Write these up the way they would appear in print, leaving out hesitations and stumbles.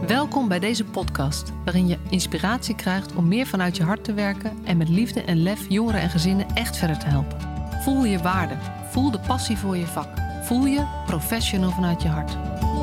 Welkom bij deze podcast, waarin je inspiratie krijgt om meer vanuit je hart te werken en met liefde en lef jongeren en gezinnen echt verder te helpen. Voel je waarde, voel de passie voor je vak, voel je professional vanuit je hart.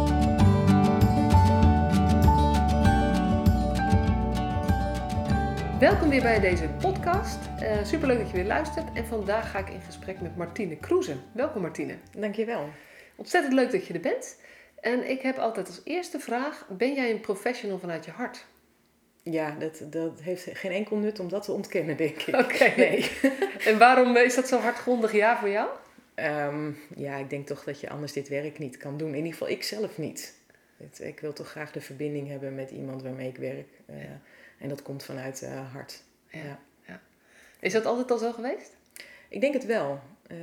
Welkom weer bij deze podcast. Superleuk dat je weer luistert en vandaag ga ik in gesprek met Martine Kroeze. Welkom Martine. Dankjewel. Ontzettend leuk dat je er bent. En ik heb altijd als eerste vraag, ben jij een professional vanuit je hart? Ja, dat heeft geen enkel nut om dat te ontkennen, denk ik. Oké. Nee. En waarom is dat zo hardgrondig ja voor jou? Ja, ik denk toch dat je anders dit werk niet kan doen. In ieder geval ik zelf niet. Ik wil toch graag de verbinding hebben met iemand waarmee ik werk. En dat komt vanuit hart. Ja. Is dat altijd al zo geweest? Ik denk het wel.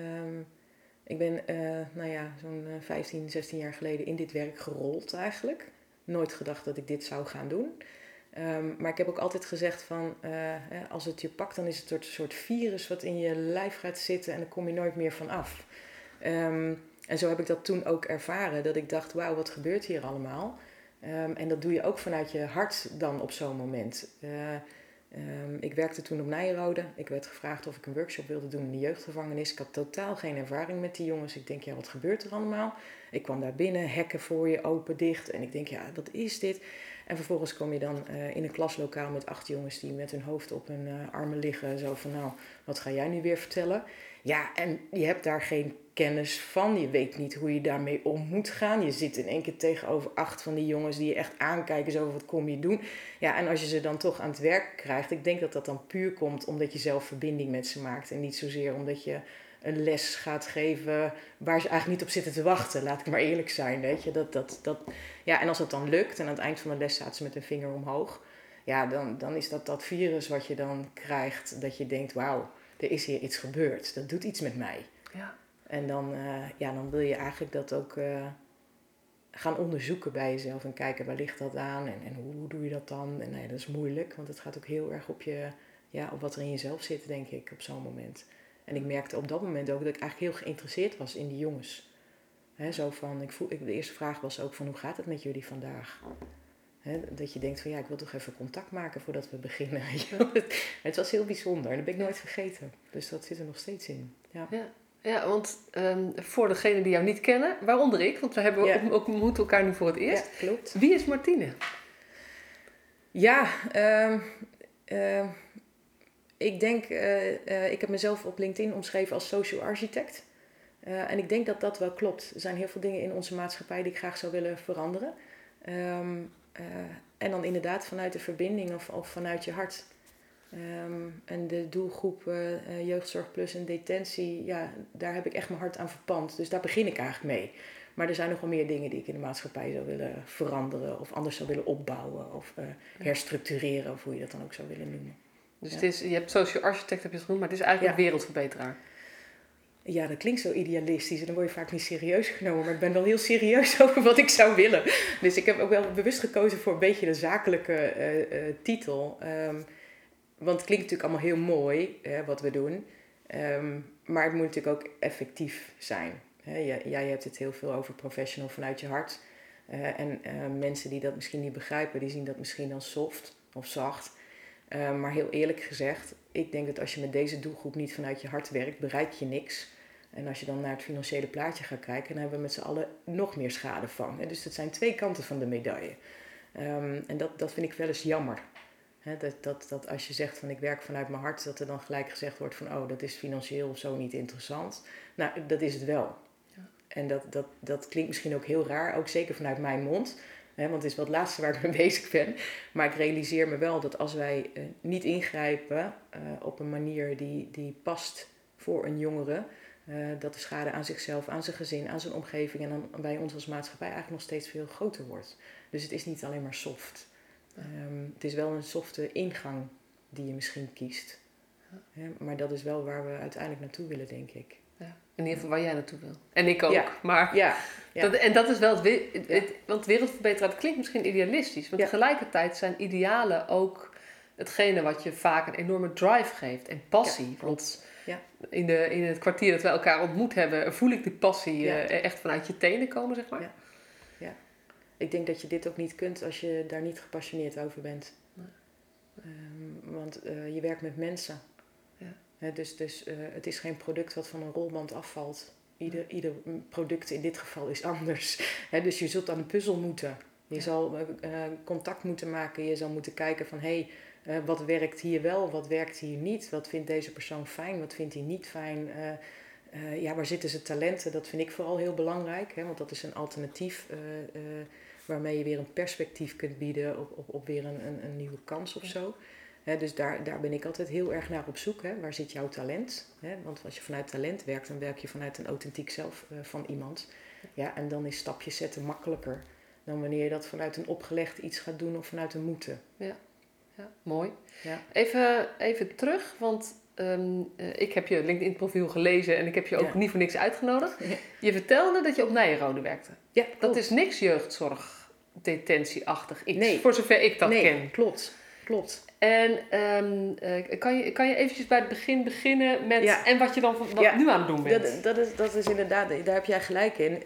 Ik ben zo'n 15, 16 jaar geleden in dit werk gerold eigenlijk. Nooit gedacht dat ik dit zou gaan doen. Maar ik heb ook altijd gezegd van, als het je pakt, dan is het een soort virus wat in je lijf gaat zitten en daar kom je nooit meer van af. En zo heb ik dat toen ook ervaren, dat ik dacht, wauw, wat gebeurt hier allemaal? En dat doe je ook vanuit je hart dan op zo'n moment. Ik werkte toen op Nijrode. Ik werd gevraagd of ik een workshop wilde doen in de jeugdgevangenis. Ik had totaal geen ervaring met die jongens. Ik denk, ja, wat gebeurt er allemaal? Ik kwam daar binnen, hekken voor je, open, dicht. En ik denk, ja, wat is dit? En vervolgens kom je dan in een klaslokaal met 8 jongens die met hun hoofd op hun armen liggen. Zo van, nou, wat ga jij nu weer vertellen? Ja, en je hebt daar geen kennis van. Je weet niet hoe je daarmee om moet gaan. Je zit in één keer tegenover 8 van die jongens die je echt aankijken. Zo, wat kom je doen? Ja, en als je ze dan toch aan het werk krijgt. Ik denk dat dat dan puur komt omdat je zelf verbinding met ze maakt. En niet zozeer omdat je een les gaat geven waar ze eigenlijk niet op zitten te wachten. Laat ik maar eerlijk zijn, weet je. Ja, en als dat dan lukt en aan het eind van de les staat ze met een vinger omhoog. Ja, dan is dat virus wat je dan krijgt. Dat je denkt, wauw, er is hier iets gebeurd. Dat doet iets met mij. Ja. En dan wil je eigenlijk dat ook gaan onderzoeken bij jezelf. En kijken, waar ligt dat aan? En hoe doe je dat dan? En dat is moeilijk, want het gaat ook heel erg op wat er in jezelf zit, denk ik, op zo'n moment. En ik merkte op dat moment ook dat ik eigenlijk heel geïnteresseerd was in die jongens. De eerste vraag was ook van, hoe gaat het met jullie vandaag? Dat je denkt van, ja, ik wil toch even contact maken voordat we beginnen. Het was heel bijzonder en dat ben ik nooit vergeten. Dus dat zit er nog steeds in. Ja, want voor degenen die jou niet kennen, waaronder ik, want we hebben ook ontmoet elkaar nu voor het eerst. Ja, klopt. Wie is Martine? Ja, ik denk, ik heb mezelf op LinkedIn omschreven als social architect. En ik denk dat dat wel klopt. Er zijn heel veel dingen in onze maatschappij die ik graag zou willen veranderen. En dan inderdaad vanuit de verbinding of vanuit je hart. En de doelgroep Jeugdzorg Plus en detentie, ja, daar heb ik echt mijn hart aan verpand. Dus daar begin ik eigenlijk mee. Maar er zijn nog wel meer dingen die ik in de maatschappij zou willen veranderen. Of anders zou willen opbouwen. Of herstructureren, of hoe je dat dan ook zou willen noemen. Dus je hebt social architect heb je het genoemd, maar het is eigenlijk een wereldverbeteraar. Ja, dat klinkt zo idealistisch en dan word je vaak niet serieus genomen. Maar ik ben wel heel serieus over wat ik zou willen. Dus ik heb ook wel bewust gekozen voor een beetje een zakelijke titel. Want het klinkt natuurlijk allemaal heel mooi wat we doen. Maar het moet natuurlijk ook effectief zijn. Jij hebt het heel veel over professional vanuit je hart. En mensen die dat misschien niet begrijpen, die zien dat misschien als soft of zacht. Maar heel eerlijk gezegd, ik denk dat als je met deze doelgroep niet vanuit je hart werkt, bereik je niks. En als je dan naar het financiële plaatje gaat kijken, dan hebben we met z'n allen nog meer schade van. Dus dat zijn 2 kanten van de medaille. En dat vind ik wel eens jammer. Dat als je zegt van ik werk vanuit mijn hart, dat er dan gelijk gezegd wordt van oh, dat is financieel of zo niet interessant. Nou, dat is het wel. Ja. En dat klinkt misschien ook heel raar, ook zeker vanuit mijn mond. Want het is wel het laatste waar ik mee bezig ben. Maar ik realiseer me wel dat als wij niet ingrijpen op een manier die past voor een jongere, dat de schade aan zichzelf, aan zijn gezin, aan zijn omgeving en dan bij ons als maatschappij eigenlijk nog steeds veel groter wordt. Dus het is niet alleen maar soft. Het is wel een softe ingang die je misschien kiest. Maar dat is wel waar we uiteindelijk naartoe willen, denk ik. Ja. In ieder geval waar jij naartoe wil. En ik ook. Ja. Maar ja. Dat is wel want wereldverbeteraar, dat klinkt misschien idealistisch. Maar tegelijkertijd zijn idealen ook hetgene wat je vaak een enorme drive geeft. En passie. Want in het kwartier dat we elkaar ontmoet hebben, voel ik die passie echt vanuit je tenen komen, zeg maar. Ja. ik denk dat je dit ook niet kunt als je daar niet gepassioneerd over bent. Nee. Want je werkt met mensen. Ja. Dus het is geen product wat van een rolband afvalt. Ieder product in dit geval is anders. Dus je zult aan de puzzel moeten. Je zal contact moeten maken. Je zal moeten kijken van wat werkt hier wel, wat werkt hier niet? Wat vindt deze persoon fijn, wat vindt hij niet fijn? Waar zitten zijn talenten? Dat vind ik vooral heel belangrijk. Want dat is een alternatief waarmee je weer een perspectief kunt bieden op weer een nieuwe kans of zo. Dus daar ben ik altijd heel erg naar op zoek. Waar zit jouw talent? Want als je vanuit talent werkt, dan werk je vanuit een authentiek zelf van iemand. Ja, en dan is stapjes zetten makkelijker dan wanneer je dat vanuit een opgelegd iets gaat doen of vanuit een moeten. Ja, mooi. Ja. Even terug, want ik heb je LinkedIn profiel gelezen en ik heb je ook niet voor niks uitgenodigd. Ja. Je vertelde dat je op Nijenrode werkte. Ja, klopt. Dat is niks jeugdzorg detentieachtig iets, nee. Voor zover ik dat ken. Nee, klopt. En kan je eventjes bij het begin beginnen met en wat je dan nu aan het doen bent? Dat is inderdaad, daar heb jij gelijk in.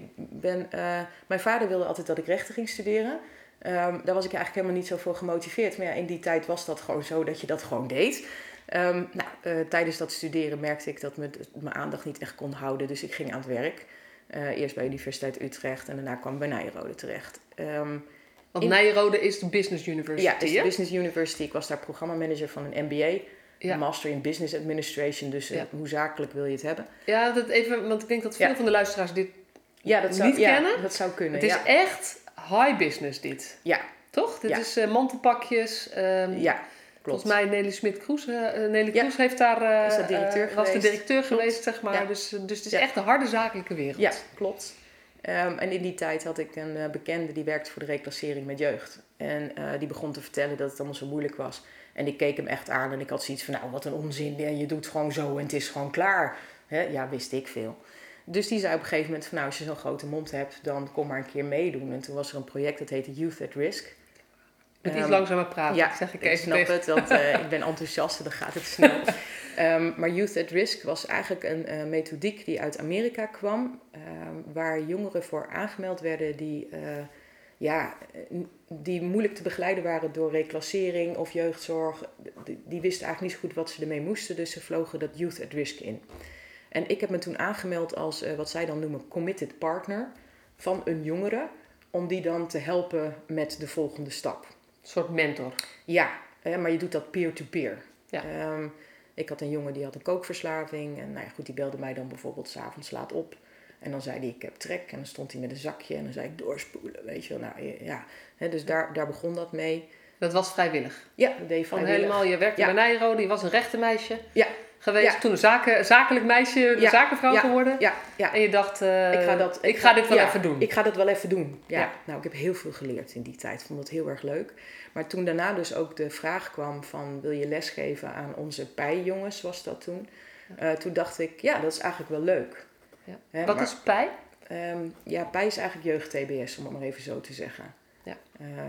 Mijn vader wilde altijd dat ik rechten ging studeren. Daar was ik eigenlijk helemaal niet zo voor gemotiveerd. Maar in die tijd was dat gewoon zo dat je dat gewoon deed. Tijdens dat studeren merkte ik dat mijn aandacht niet echt kon houden. Dus ik ging aan het werk. Eerst bij Universiteit Utrecht en daarna kwam ik bij Nijenrode terecht. Want Nijenrode is de Business University, ja, het is de Business University. Ik was daar programmamanager van een MBA. Een Master in Business Administration. Dus hoe zakelijk wil je het hebben? Ja, dat even, want ik denk dat veel van de luisteraars dit niet kennen. Ja, dat zou kunnen. Het is echt high business dit. Ja. Toch? Dit is mantelpakjes. Volgens mij Nelly Smit-Kroes. Nelly Kroes heeft daar, was de directeur geweest, zeg maar. Ja. Dus het is echt de harde zakelijke wereld. Ja, klopt. En in die tijd had ik een bekende die werkte voor de reclassering met jeugd. En die begon te vertellen dat het allemaal zo moeilijk was. En ik keek hem echt aan en ik had zoiets van, nou wat een onzin. Je doet gewoon zo en het is gewoon klaar. Ja, wist ik veel. Dus die zei op een gegeven moment van, nou als je zo'n grote mond hebt, dan kom maar een keer meedoen. En toen was er een project dat heette Youth at Risk. Met iets langzamer praten, zeg ik even. Ik snap het, want ik ben enthousiast en dan gaat het snel. Maar Youth at Risk was eigenlijk een methodiek die uit Amerika kwam. Waar jongeren voor aangemeld werden die moeilijk te begeleiden waren door reclassering of jeugdzorg. Die wisten eigenlijk niet zo goed wat ze ermee moesten, dus ze vlogen dat Youth at Risk in. En ik heb me toen aangemeld als wat zij dan noemen committed partner van een jongere, om die dan te helpen met de volgende stap. Een soort mentor. Ja, maar je doet dat peer-to-peer. Ja. Ik had een jongen die had een kookverslaving. En die belde mij dan bijvoorbeeld 's avonds laat op. En dan zei hij, ik heb trek. En dan stond hij met een zakje en dan zei ik, doorspoelen, weet je wel. Dus daar begon dat mee. Dat was vrijwillig? Ja, dat deed vrijwillig. Je werkte bij Nijenrode, je was een rechtenmeisje. Ja. Geweest, toen een zakelijk meisje, een zakenvrouw geworden. Ja. En je dacht, ik ga dit wel even doen. Ik ga dat wel even doen. Ja. Nou, ik heb heel veel geleerd in die tijd. Ik vond het heel erg leuk. Maar toen daarna dus ook de vraag kwam van, wil je lesgeven aan onze PEI-jongens, was dat toen. Toen dacht ik, dat is eigenlijk wel leuk. Ja. Wat is PEI? PEI is eigenlijk jeugd-TBS, om het maar even zo te zeggen. Ja.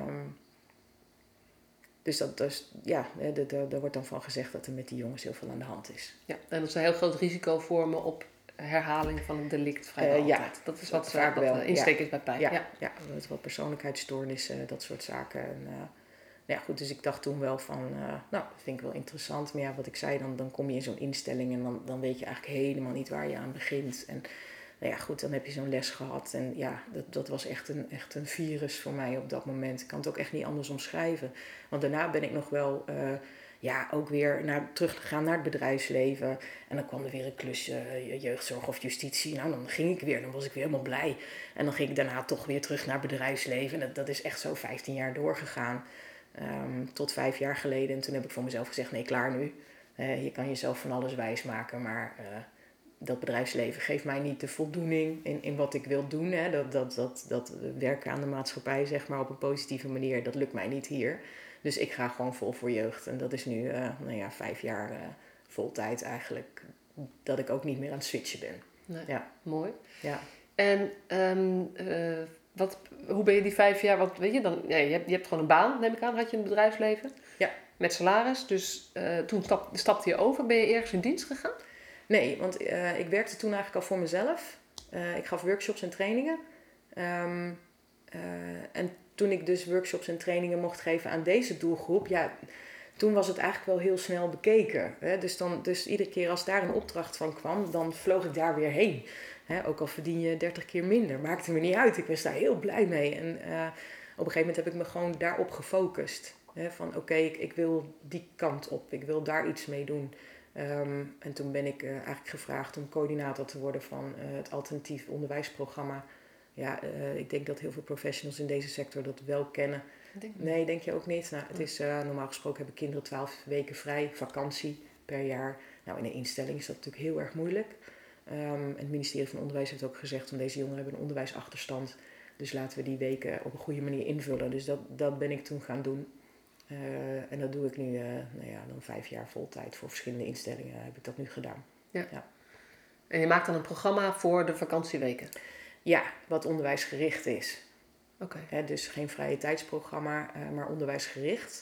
Dus daar wordt dan van gezegd dat er met die jongens heel veel aan de hand is. Ja, en dat ze een heel groot risico vormen op herhaling van een delict vrijwel altijd. Dat is wat de insteek is bij PEI. Ja, wat persoonlijkheidsstoornissen, dat soort zaken. En, goed, dus ik dacht toen wel van, dat vind ik wel interessant. Maar wat ik zei, dan kom je in zo'n instelling en dan weet je eigenlijk helemaal niet waar je aan begint. En goed, dan heb je zo'n les gehad. En dat was echt een virus voor mij op dat moment. Ik kan het ook echt niet anders omschrijven. Want daarna ben ik nog wel ook weer teruggegaan naar het bedrijfsleven. En dan kwam er weer een klusje, jeugdzorg of justitie. Nou, dan ging ik weer, dan was ik weer helemaal blij. En dan ging ik daarna toch weer terug naar het bedrijfsleven. En dat is echt zo 15 jaar doorgegaan. Tot 5 jaar geleden. En toen heb ik voor mezelf gezegd, nee, klaar nu. Je kan jezelf van alles wijsmaken, maar dat bedrijfsleven geeft mij niet de voldoening in wat ik wil doen. Hè. Dat werken aan de maatschappij, zeg maar, op een positieve manier, dat lukt mij niet hier. Dus ik ga gewoon vol voor jeugd. En dat is nu 5 jaar vol tijd eigenlijk, dat ik ook niet meer aan het switchen ben. Nee, ja. Mooi. Ja. En hoe ben je die 5 jaar, want weet je, dan, je hebt gewoon een baan, neem ik aan, had je een bedrijfsleven. Ja. Met salaris, dus toen stapte je over. Ben je ergens in dienst gegaan? Nee, want ik werkte toen eigenlijk al voor mezelf. Ik gaf workshops en trainingen. En toen ik dus workshops en trainingen mocht geven aan deze doelgroep, toen was het eigenlijk wel heel snel bekeken. Hè? Dus iedere keer als daar een opdracht van kwam, dan vloog ik daar weer heen. Hè? Ook al verdien je 30 keer minder, maakte me niet uit. Ik was daar heel blij mee. En op een gegeven moment heb ik me gewoon daarop gefocust. Hè? Van oké, ik wil die kant op. Ik wil daar iets mee doen. En toen ben ik eigenlijk gevraagd om coördinator te worden van het alternatief onderwijsprogramma. Ja, ik denk dat heel veel professionals in deze sector dat wel kennen. Nee, denk je ook niet? Nou, het is normaal gesproken hebben kinderen 12 weken vrij, vakantie per jaar. Nou, in een instelling is dat natuurlijk heel erg moeilijk. En het ministerie van Onderwijs heeft ook gezegd van deze jongeren hebben een onderwijsachterstand. Dus laten we die weken op een goede manier invullen. Dus dat ben ik toen gaan doen. En dat doe ik nu dan 5 jaar voltijd voor verschillende instellingen heb ik dat nu gedaan. Ja. En je maakt dan een programma voor de vakantieweken? Ja, wat onderwijsgericht is. Okay. Dus geen vrije tijdsprogramma, maar onderwijsgericht.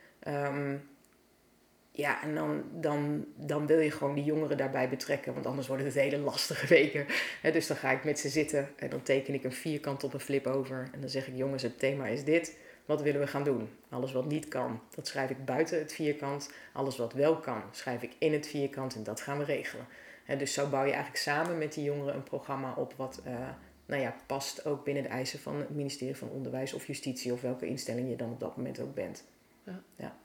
En dan wil je gewoon die jongeren daarbij betrekken, want anders worden het hele lastige weken. Dus dan ga ik met ze zitten en dan teken ik een vierkant op een flip over. En dan zeg ik, jongens, het thema is dit. Wat willen we gaan doen? Alles wat niet kan, dat schrijf ik buiten het vierkant. Alles wat wel kan, schrijf ik in het vierkant en dat gaan we regelen. Dus zo bouw je eigenlijk samen met die jongeren een programma op wat past ook binnen de eisen van het ministerie van Onderwijs of Justitie of welke instelling je dan op dat moment ook bent. Ja.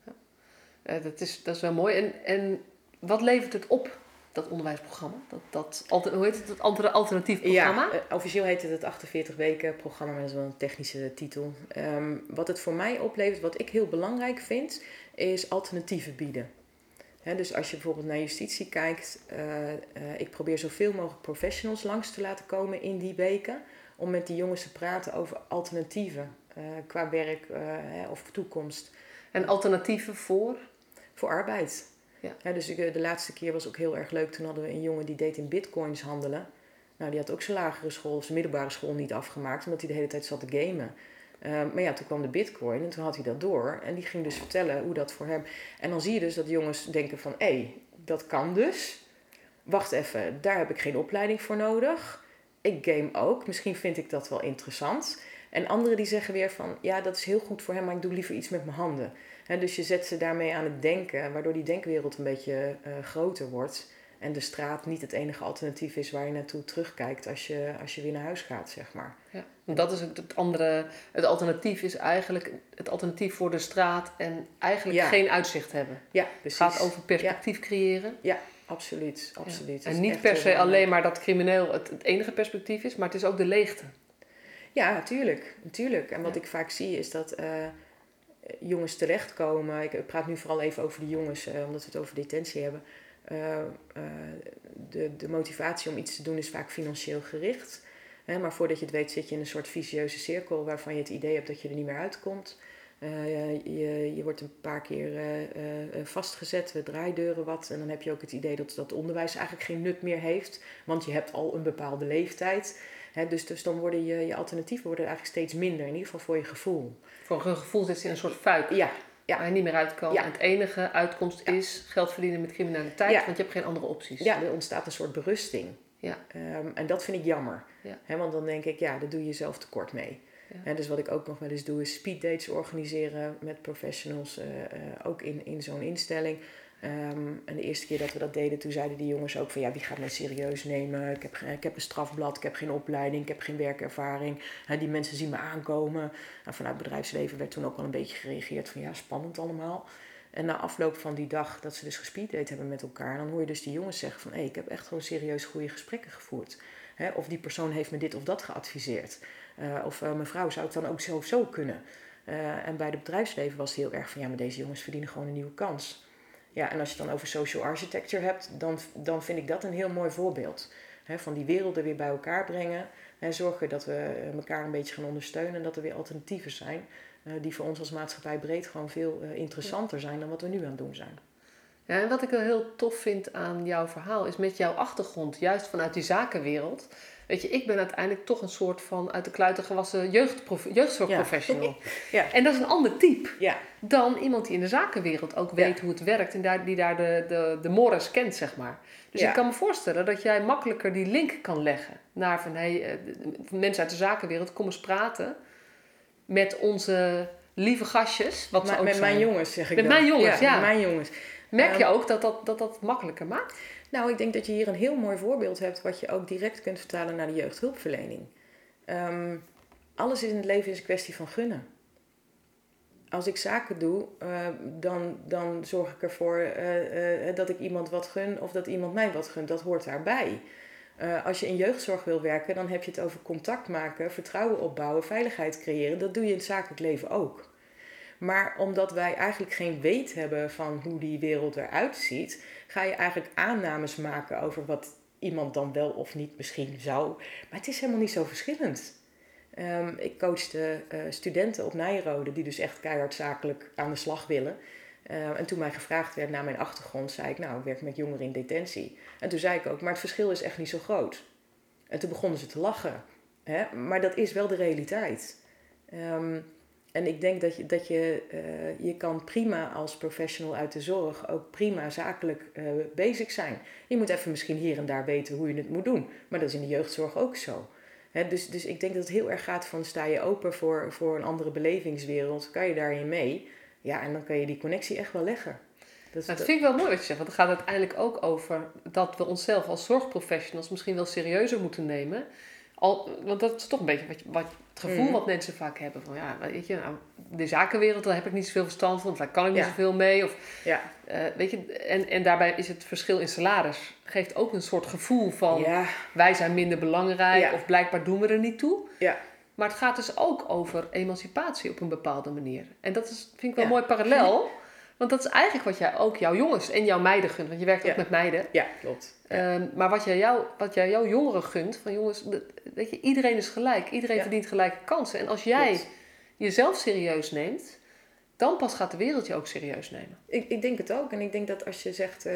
Dat is wel mooi. En wat levert het op, dat onderwijsprogramma? Hoe heet het? Het alternatief programma? Ja, officieel heet het 48 weken programma, maar dat is wel een technische titel. Wat het voor mij oplevert, wat ik heel belangrijk vind, is alternatieven bieden. Dus als je bijvoorbeeld naar justitie kijkt, ik probeer zoveel mogelijk professionals langs te laten komen in die weken. Om met die jongens te praten over alternatieven qua werk of toekomst. En alternatieven voor? Voor arbeid. Ja. Dus de laatste keer was ook heel erg leuk. Toen hadden we een jongen die deed in bitcoins handelen. Nou, die had ook zijn lagere school of zijn middelbare school niet afgemaakt. Omdat hij de hele tijd zat te gamen. Maar toen kwam de bitcoin en toen had hij dat door. En die ging dus vertellen hoe dat voor hem... En dan zie je dus dat jongens denken van... dat kan dus. Wacht even, daar heb ik geen opleiding voor nodig. Ik game ook. Misschien vind ik dat wel interessant. En anderen die zeggen weer van... Ja, dat is heel goed voor hem, maar ik doe liever iets met mijn handen. Dus je zet ze daarmee aan het denken. Waardoor die denkwereld een beetje groter wordt. En de straat niet het enige alternatief is waar je naartoe terugkijkt als je weer naar huis gaat, zeg maar. Ja, dat is het andere. Het alternatief is eigenlijk het alternatief voor de straat en eigenlijk geen uitzicht hebben. Ja, precies. Het gaat over perspectief creëren. Ja, absoluut. Ja. En niet per se alleen maar dat crimineel het enige perspectief is, maar het is ook de leegte. Ja, natuurlijk. En wat ik vaak zie is dat jongens terechtkomen. Ik praat nu vooral even over de jongens, omdat we het over detentie hebben. De motivatie om iets te doen is vaak financieel gericht. Maar voordat je het weet zit je in een soort vicieuze cirkel waarvan je het idee hebt dat je er niet meer uitkomt. Je wordt een paar keer vastgezet, we draaideuren wat. En dan heb je ook het idee dat onderwijs eigenlijk geen nut meer heeft. Want je hebt al een bepaalde leeftijd. Dus dan worden je alternatieven worden eigenlijk steeds minder. In ieder geval voor je gevoel. Voor een gevoel zit je in een soort fuik. Ja. Waar je niet meer uitkomt. Ja. En het enige uitkomst is geld verdienen met criminaliteit. Ja. Want je hebt geen andere opties. Ja, er ontstaat een soort berusting. Ja. En dat vind ik jammer. Ja. Want dan denk ik, daar doe je jezelf tekort mee. Ja. Dus wat ik ook nog wel eens doe is speeddates organiseren met professionals. Ook in zo'n instelling. En de eerste keer dat we dat deden, toen zeiden die jongens ook van wie gaat mij serieus nemen? Ik heb een strafblad, ik heb geen opleiding, ik heb geen werkervaring. Die mensen zien me aankomen. Vanuit het bedrijfsleven werd toen ook wel een beetje gereageerd van spannend allemaal. En na afloop van die dag dat ze dus gespeeddate hebben met elkaar, dan hoor je dus die jongens zeggen van ik heb echt gewoon serieus goede gesprekken gevoerd. Of die persoon heeft me dit of dat geadviseerd. Of mevrouw, zou het dan ook zo of zo kunnen? En bij het bedrijfsleven was het heel erg van maar deze jongens verdienen gewoon een nieuwe kans. Ja, en als je het dan over social architecture hebt, dan vind ik dat een heel mooi voorbeeld. Van die werelden weer bij elkaar brengen. Zorgen dat we elkaar een beetje gaan ondersteunen en dat er weer alternatieven zijn. Die voor ons als maatschappij breed gewoon veel interessanter zijn dan wat we nu aan het doen zijn. Ja, en wat ik heel tof vind aan jouw verhaal is met jouw achtergrond, juist vanuit die zakenwereld, weet je, ik ben uiteindelijk toch een soort van uit de kluiten gewassen jeugdzorgprofessional. Ja. En dat is een ander type Ja. dan iemand die in de zakenwereld ook weet hoe het werkt en die daar de mores kent, zeg maar. Dus ik kan me voorstellen dat jij makkelijker die link kan leggen naar van, mensen uit de zakenwereld, kom eens praten met onze lieve gastjes. Wat ze ook met zijn. mijn jongens, zeg ik met dan. Mijn jongens, ja. Met mijn jongens. Merk je ook dat makkelijker maakt? Nou, ik denk dat je hier een heel mooi voorbeeld hebt wat je ook direct kunt vertalen naar de jeugdhulpverlening. Alles in het leven is een kwestie van gunnen. Als ik zaken doe, dan zorg ik ervoor dat ik iemand wat gun of dat iemand mij wat gunt. Dat hoort daarbij. Als je in jeugdzorg wil werken, dan heb je het over contact maken, vertrouwen opbouwen, veiligheid creëren. Dat doe je in het zakelijk leven ook. Maar omdat wij eigenlijk geen weet hebben van hoe die wereld eruit ziet, ga je eigenlijk aannames maken over wat iemand dan wel of niet misschien zou. Maar het is helemaal niet zo verschillend. Ik coachte studenten op Nijrode die dus echt keihard zakelijk aan de slag willen. En toen mij gevraagd werd naar mijn achtergrond, zei ik, nou, ik werk met jongeren in detentie. En toen zei ik ook, maar het verschil is echt niet zo groot. En toen begonnen ze te lachen. Hè? Maar dat is wel de realiteit. En ik denk dat je kan prima als professional uit de zorg ook prima zakelijk bezig zijn. Je moet even misschien hier en daar weten hoe je het moet doen. Maar dat is in de jeugdzorg ook zo. Dus ik denk dat het heel erg gaat van sta je open voor een andere belevingswereld. Kan je daarin mee? Ja, en dan kan je die connectie echt wel leggen. Dat vind ik wel mooi wat je zegt. Want het gaat uiteindelijk ook over dat we onszelf als zorgprofessionals misschien wel serieuzer moeten nemen. Want dat is toch een beetje wat het gevoel wat mensen vaak hebben. Van ja, weet je, nou, de zakenwereld, daar heb ik niet zoveel verstand van. Of daar kan ik niet zoveel mee. Of, weet je, en daarbij is het verschil in salaris. Geeft ook een soort gevoel van wij zijn minder belangrijk. Of blijkbaar doen we er niet toe. Ja. Maar het gaat dus ook over emancipatie op een bepaalde manier. En dat vind ik wel een mooi parallel. Want dat is eigenlijk wat jij ook jouw jongens en jouw meiden gunt. Want je werkt ook met meiden. Ja, klopt. Maar wat jij jouw jongeren gunt. Van jongens, weet je, iedereen is gelijk. Iedereen verdient gelijke kansen. En als jij jezelf serieus neemt, dan pas gaat de wereld je ook serieus nemen. Ik denk het ook. En ik denk dat als je zegt...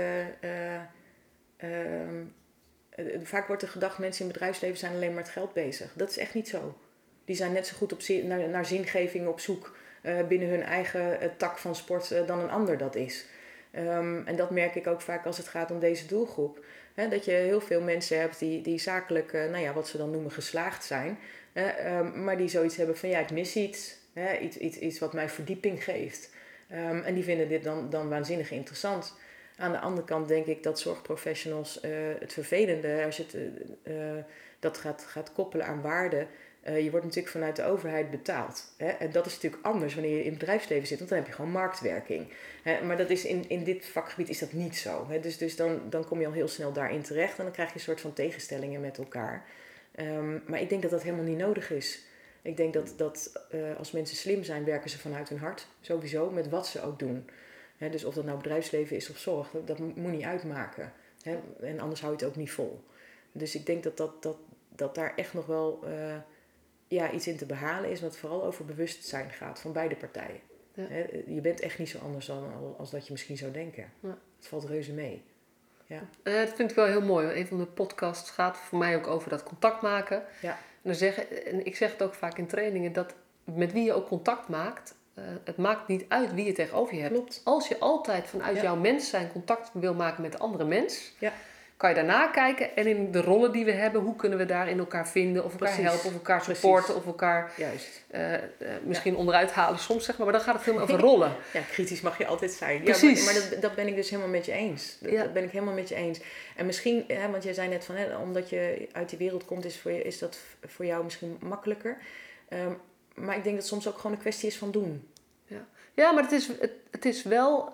vaak wordt er gedacht, mensen in het bedrijfsleven zijn alleen maar met geld bezig. Dat is echt niet zo. Die zijn net zo goed naar zingeving op zoek binnen hun eigen tak van sport dan een ander dat is. En dat merk ik ook vaak als het gaat om deze doelgroep. Dat je heel veel mensen hebt die zakelijk, wat ze dan noemen geslaagd zijn. Maar die zoiets hebben van ik mis iets. Iets wat mij verdieping geeft. En die vinden dit dan waanzinnig interessant. Aan de andere kant denk ik dat zorgprofessionals het vervelende, als je dat gaat koppelen aan waarde. Je wordt natuurlijk vanuit de overheid betaald. Hè? En dat is natuurlijk anders wanneer je in het bedrijfsleven zit, want dan heb je gewoon marktwerking. Hè? Maar dat is in dit vakgebied is dat niet zo. Hè? Dus dan kom je al heel snel daarin terecht en dan krijg je een soort van tegenstellingen met elkaar. Maar ik denk dat dat helemaal niet nodig is. Ik denk dat als mensen slim zijn, werken ze vanuit hun hart. Sowieso, met wat ze ook doen. Hè? Dus of dat nou bedrijfsleven is of zorg, dat moet niet uitmaken. Hè? En anders hou je het ook niet vol. Dus ik denk dat daar echt nog wel... iets in te behalen is wat vooral over bewustzijn gaat van beide partijen. Ja. Je bent echt niet zo anders dan als dat je misschien zou denken. Ja. Het valt reuze mee. Ja. Dat vind ik wel heel mooi. Een van de podcasts gaat voor mij ook over dat contact maken. Ja. En ik zeg het ook vaak in trainingen, dat met wie je ook contact maakt, het maakt niet uit wie je tegenover je hebt. Klopt. Als je altijd vanuit jouw mens zijn contact wil maken met de andere mens... Ja. Kan je daarna kijken en in de rollen die we hebben, hoe kunnen we daarin elkaar vinden, of elkaar helpen, of elkaar supporten, of elkaar misschien onderuit halen soms, zeg maar dan gaat het veel meer over rollen. Ja, kritisch mag je altijd zijn. Precies. Ja, maar dat ben ik dus helemaal met je eens. Dat ben ik helemaal met je eens. En misschien, want jij zei net van, omdat je uit die wereld komt, is dat voor jou misschien makkelijker. Maar ik denk dat het soms ook gewoon een kwestie is van doen. Ja, maar het is wel...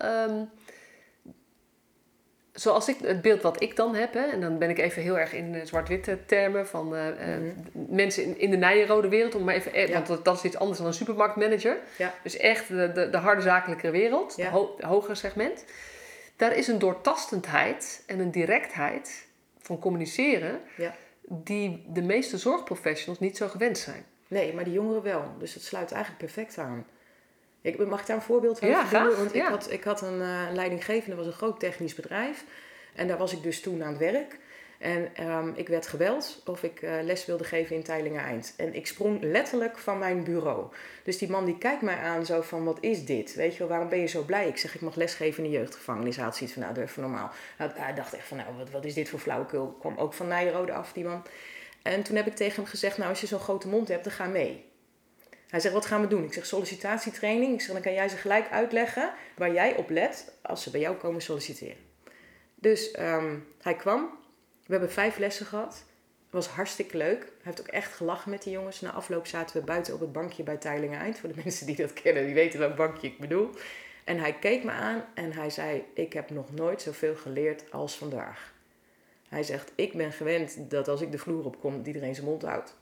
Zoals het beeld wat ik dan heb, en dan ben ik even heel erg in zwart-witte termen van mensen in de Nijrode wereld, want dat is iets anders dan een supermarktmanager. Ja. Dus echt de harde zakelijke wereld, het hogere segment. Daar is een doortastendheid en een directheid van communiceren die de meeste zorgprofessionals niet zo gewend zijn. Nee, maar die jongeren wel. Dus het sluit eigenlijk perfect aan. Mag ik daar een voorbeeld van doen? Want ik had een leidinggevende, dat was een groot technisch bedrijf. En daar was ik dus toen aan het werk. En ik werd gebeld of ik les wilde geven in Teylingen-Eind. En ik sprong letterlijk van mijn bureau. Dus die man die kijkt mij aan zo van, wat is dit? Weet je wel, waarom ben je zo blij? Ik zeg, ik mag lesgeven in de jeugdgevangenis. Hij had zoiets van, nou, doe even normaal. Hij dacht echt van, nou, wat is dit voor flauwekul? Kwam ook van Nijrode af, die man. En toen heb ik tegen hem gezegd, nou, als je zo'n grote mond hebt, dan ga mee. Hij zegt, wat gaan we doen? Ik zeg, sollicitatietraining. Ik zeg, dan kan jij ze gelijk uitleggen waar jij op let als ze bij jou komen solliciteren. Dus hij kwam. We hebben 5 lessen gehad. Het was hartstikke leuk. Hij heeft ook echt gelachen met die jongens. Na afloop zaten we buiten op het bankje bij Teylingen-Eind. Voor de mensen die dat kennen, die weten welk bankje ik bedoel. En hij keek me aan en hij zei, ik heb nog nooit zoveel geleerd als vandaag. Hij zegt, ik ben gewend dat als ik de vloer op kom, iedereen zijn mond houdt.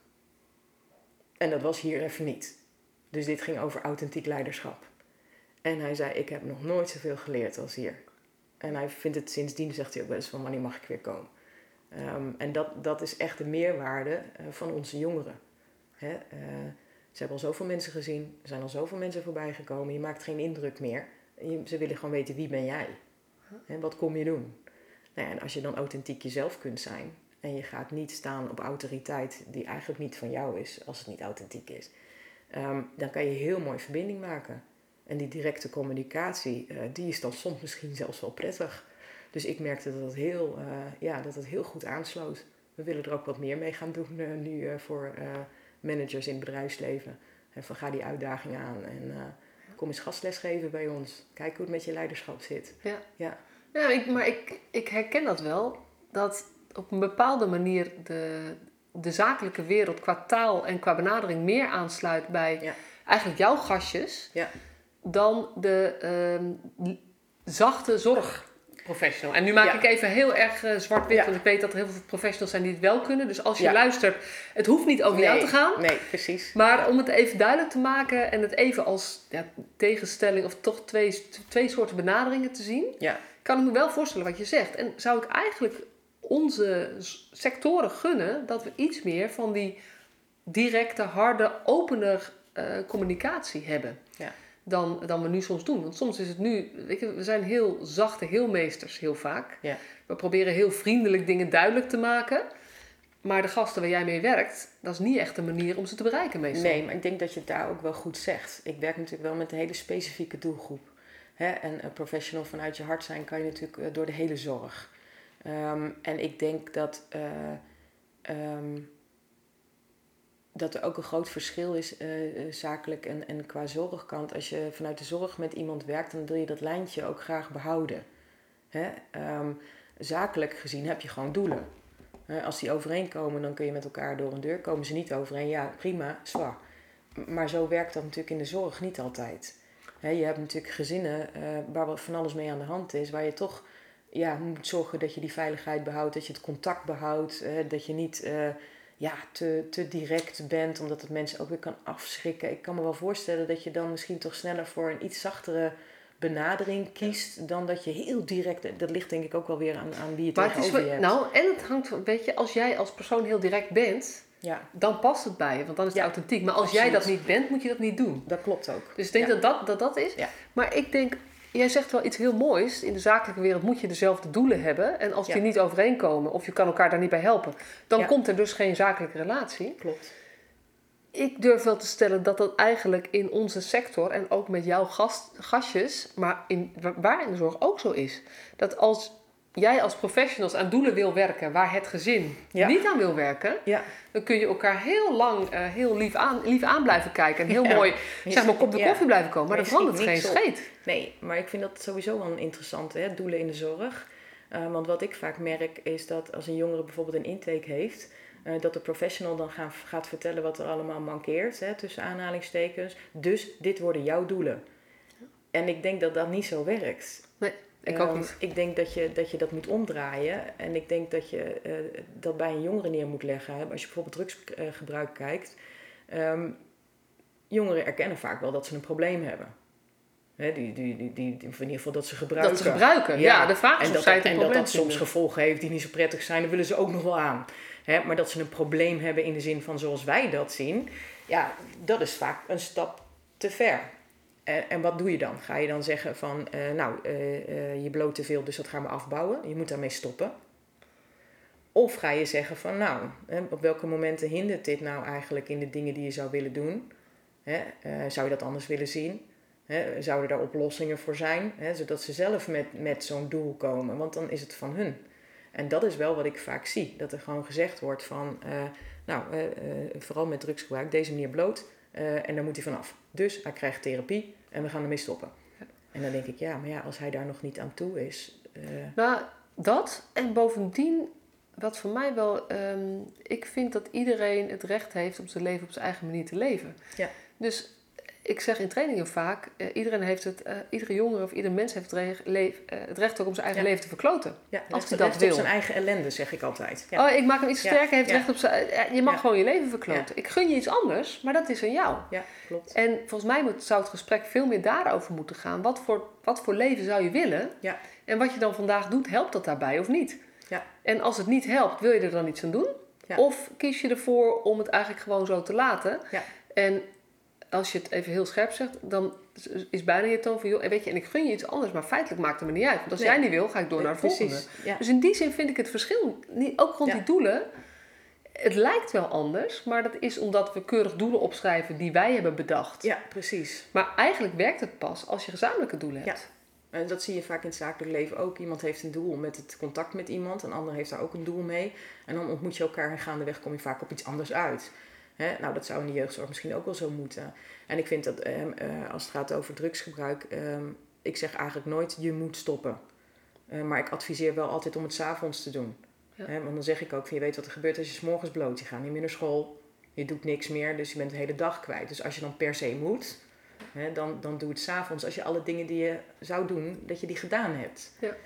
En dat was hier even niet. Dus dit ging over authentiek leiderschap. En hij zei, ik heb nog nooit zoveel geleerd als hier. En hij vindt het sindsdien, zegt hij ook wel eens van, wanneer mag ik weer komen? En dat is echt de meerwaarde van onze jongeren. Ze hebben al zoveel mensen gezien, er zijn al zoveel mensen voorbij gekomen. Je maakt geen indruk meer. Ze willen gewoon weten, wie ben jij? Wat kom je doen? Nou ja, en als je dan authentiek jezelf kunt zijn en je gaat niet staan op autoriteit die eigenlijk niet van jou is, als het niet authentiek is, dan kan je heel mooi verbinding maken. En die directe communicatie, die is dan soms misschien zelfs wel prettig. Dus ik merkte dat het heel goed aansloot. We willen er ook wat meer mee gaan doen nu voor managers in het bedrijfsleven. En van ga die uitdaging aan en kom eens gastles geven bij ons. Kijk hoe het met je leiderschap zit. Ja, maar ik herken dat wel. Dat op een bepaalde manier de zakelijke wereld qua taal en qua benadering meer aansluit bij eigenlijk jouw gastjes dan de zachte zorgprofessional. En nu maak ik even heel erg zwart-wit, want ik weet dat er heel veel professionals zijn die het wel kunnen. Dus als je luistert, het hoeft niet over jou te gaan. Nee, precies. Maar om het even duidelijk te maken en het even als tegenstelling of toch twee soorten benaderingen te zien, kan ik me wel voorstellen wat je zegt. En zou ik eigenlijk onze sectoren gunnen dat we iets meer van die directe, harde, opener communicatie hebben. Dan we nu soms doen. Want soms is het nu, we zijn heel zachte heelmeesters heel vaak. We proberen heel vriendelijk dingen duidelijk te maken. Maar de gasten waar jij mee werkt, dat is niet echt een manier om ze te bereiken meestal. Nee, maar ik denk dat je het daar ook wel goed zegt. Ik werk natuurlijk wel met een hele specifieke doelgroep. En een professional vanuit je hart zijn kan je natuurlijk door de hele zorg. En ik denk dat er ook een groot verschil is zakelijk en qua zorgkant. Als je vanuit de zorg met iemand werkt, dan wil je dat lijntje ook graag behouden. Zakelijk gezien heb je gewoon doelen. Als die overeenkomen, dan kun je met elkaar door een deur. Komen ze niet overeen, ja prima, zwaar. Maar zo werkt dat natuurlijk in de zorg niet altijd. Je hebt natuurlijk gezinnen waar van alles mee aan de hand is, waar je toch moet zorgen dat je die veiligheid behoudt, dat je het contact behoudt, dat je niet te direct bent, omdat het mensen ook weer kan afschrikken. Ik kan me wel voorstellen dat je dan misschien toch sneller voor een iets zachtere benadering kiest dan dat je heel direct. Dat ligt denk ik ook wel weer aan wie je tegenover je hebt. Nou, en het hangt een beetje, als jij als persoon heel direct bent, dan past het bij je, want dan is het authentiek. Maar als jij dat niet bent, moet je dat niet doen. Dat klopt ook. Dus ik denk dat is. Ja. Maar ik denk, jij zegt wel iets heel moois. In de zakelijke wereld moet je dezelfde doelen hebben. En als die niet overeenkomen, of je kan elkaar daar niet bij helpen, dan komt er dus geen zakelijke relatie. Klopt. Ik durf wel te stellen dat dat eigenlijk in onze sector en ook met jouw gastjes, maar waar in de zorg ook zo is. Dat als jij als professionals aan doelen wil werken waar het gezin niet aan wil werken, dan kun je elkaar heel lang heel lief aan blijven kijken. En heel mooi zeg maar, op de koffie blijven komen. Maar er verandert geen scheet. Nee, maar ik vind dat sowieso wel een interessante, doelen in de zorg. Want wat ik vaak merk is dat als een jongere bijvoorbeeld een intake heeft, dat de professional dan gaat vertellen wat er allemaal mankeert, tussen aanhalingstekens. Dus dit worden jouw doelen. En ik denk dat dat niet zo werkt. Nee, ik ook niet. Ik denk dat je dat moet omdraaien. En ik denk dat je dat bij een jongere neer moet leggen. Als je bijvoorbeeld drugsgebruik kijkt. Jongeren erkennen vaak wel dat ze een probleem hebben. In ieder geval dat ze gebruiken. Dat ze gebruiken, de vraag is of zij het een probleem dat soms gevolgen heeft die niet zo prettig zijn, dan willen ze ook nog wel aan. Maar dat ze een probleem hebben in de zin van zoals wij dat zien, dat is vaak een stap te ver. En wat doe je dan? Ga je dan zeggen van, je bloot te veel, dus dat gaan we afbouwen. Je moet daarmee stoppen. Of ga je zeggen van nou, op welke momenten hindert dit nou eigenlijk in de dingen die je zou willen doen? Zou je dat anders willen zien? Zouden daar oplossingen voor zijn? Zodat ze zelf met zo'n doel komen, want dan is het van hun. En dat is wel wat ik vaak zie. Dat er gewoon gezegd wordt van, vooral met drugsgebruik, deze meneer bloot en daar moet hij vanaf. Dus hij krijgt therapie en we gaan ermee stoppen. Ja. En dan denk ik, maar ja, als hij daar nog niet aan toe is. Nou, dat en bovendien, wat voor mij wel, ik vind dat iedereen het recht heeft om zijn leven op zijn eigen manier te leven. Ja. Dus ik zeg in trainingen vaak, iedere jongere of ieder mens heeft het recht ook om zijn eigen leven te verkloten. Ja, als hij dat wil. Op zijn eigen ellende, zeg ik altijd. Ja. Oh, ik maak hem iets sterker, hij heeft recht op zijn... Je mag gewoon je leven verkloten. Ja. Ik gun je iets anders, maar dat is aan jou. Ja, klopt. En volgens mij zou het gesprek veel meer daarover moeten gaan. Wat voor leven zou je willen? Ja. En wat je dan vandaag doet, helpt dat daarbij of niet? Ja. En als het niet helpt, wil je er dan iets aan doen? Ja. Of kies je ervoor om het eigenlijk gewoon zo te laten? Ja. En als je het even heel scherp zegt, dan is bijna je toon van, joh, weet je, en ik gun je iets anders, maar feitelijk maakt het me niet uit. Want als jij niet wil, ga ik door naar het volgende. Ja. Dus in die zin vind ik het verschil, ook rond die doelen, het lijkt wel anders, maar dat is omdat we keurig doelen opschrijven die wij hebben bedacht. Ja, precies. Maar eigenlijk werkt het pas als je gezamenlijke doelen hebt. Ja. En dat zie je vaak in het zakelijk leven ook. Iemand heeft een doel met het contact met iemand, een ander heeft daar ook een doel mee. En dan ontmoet je elkaar en gaandeweg kom je vaak op iets anders uit. Nou, dat zou in de jeugdzorg misschien ook wel zo moeten. En ik vind dat als het gaat over drugsgebruik, ik zeg eigenlijk nooit je moet stoppen. Maar ik adviseer wel altijd om het 's avonds te doen. Ja. Want dan zeg ik ook van je weet wat er gebeurt als je 's morgens bloot. Je gaat niet meer naar school, je doet niks meer, dus je bent de hele dag kwijt. Dus als je dan per se moet, dan doe het 's avonds. Als je alle dingen die je zou doen, dat je die gedaan hebt. Ja.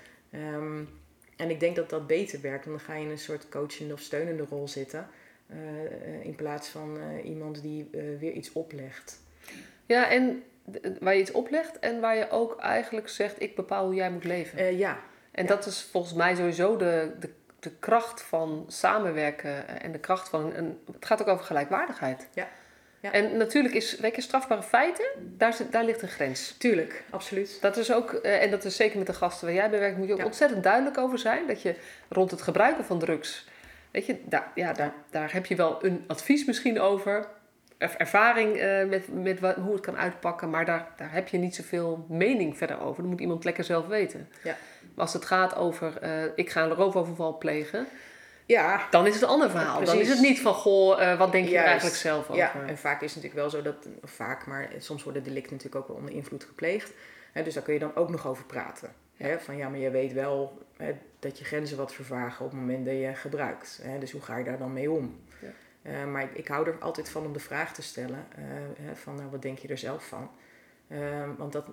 En ik denk dat dat beter werkt, want dan ga je in een soort coachende of steunende rol zitten. In plaats van iemand die weer iets oplegt. Ja, en waar je iets oplegt en waar je ook eigenlijk zegt, ik bepaal hoe jij moet leven. Ja. En dat is volgens mij sowieso de kracht van samenwerken en de kracht van... het gaat ook over gelijkwaardigheid. Ja. Ja. En natuurlijk is, weet je, strafbare feiten, daar ligt een grens. Tuurlijk, absoluut. Dat is ook, en dat is zeker met de gasten waar jij bij werkt, moet je ook ontzettend duidelijk over zijn. Dat je rond het gebruiken van drugs, weet je, daar heb je wel een advies misschien over. Ervaring met hoe het kan uitpakken, maar daar heb je niet zoveel mening verder over. Dat moet iemand lekker zelf weten. Ja. Maar als het gaat over, ik ga een roofoverval plegen... Ja, dan is het een ander verhaal. Precies. Dan is het niet van, wat denk je er eigenlijk zelf over? Ja, en vaak is het natuurlijk wel zo dat... maar soms worden delicten natuurlijk ook wel onder invloed gepleegd. Dus daar kun je dan ook nog over praten. Ja. Van maar je weet wel dat je grenzen wat vervagen op het moment dat je gebruikt. Dus hoe ga je daar dan mee om? Ja. Maar ik hou er altijd van om de vraag te stellen. Van, wat denk je er zelf van? Want dat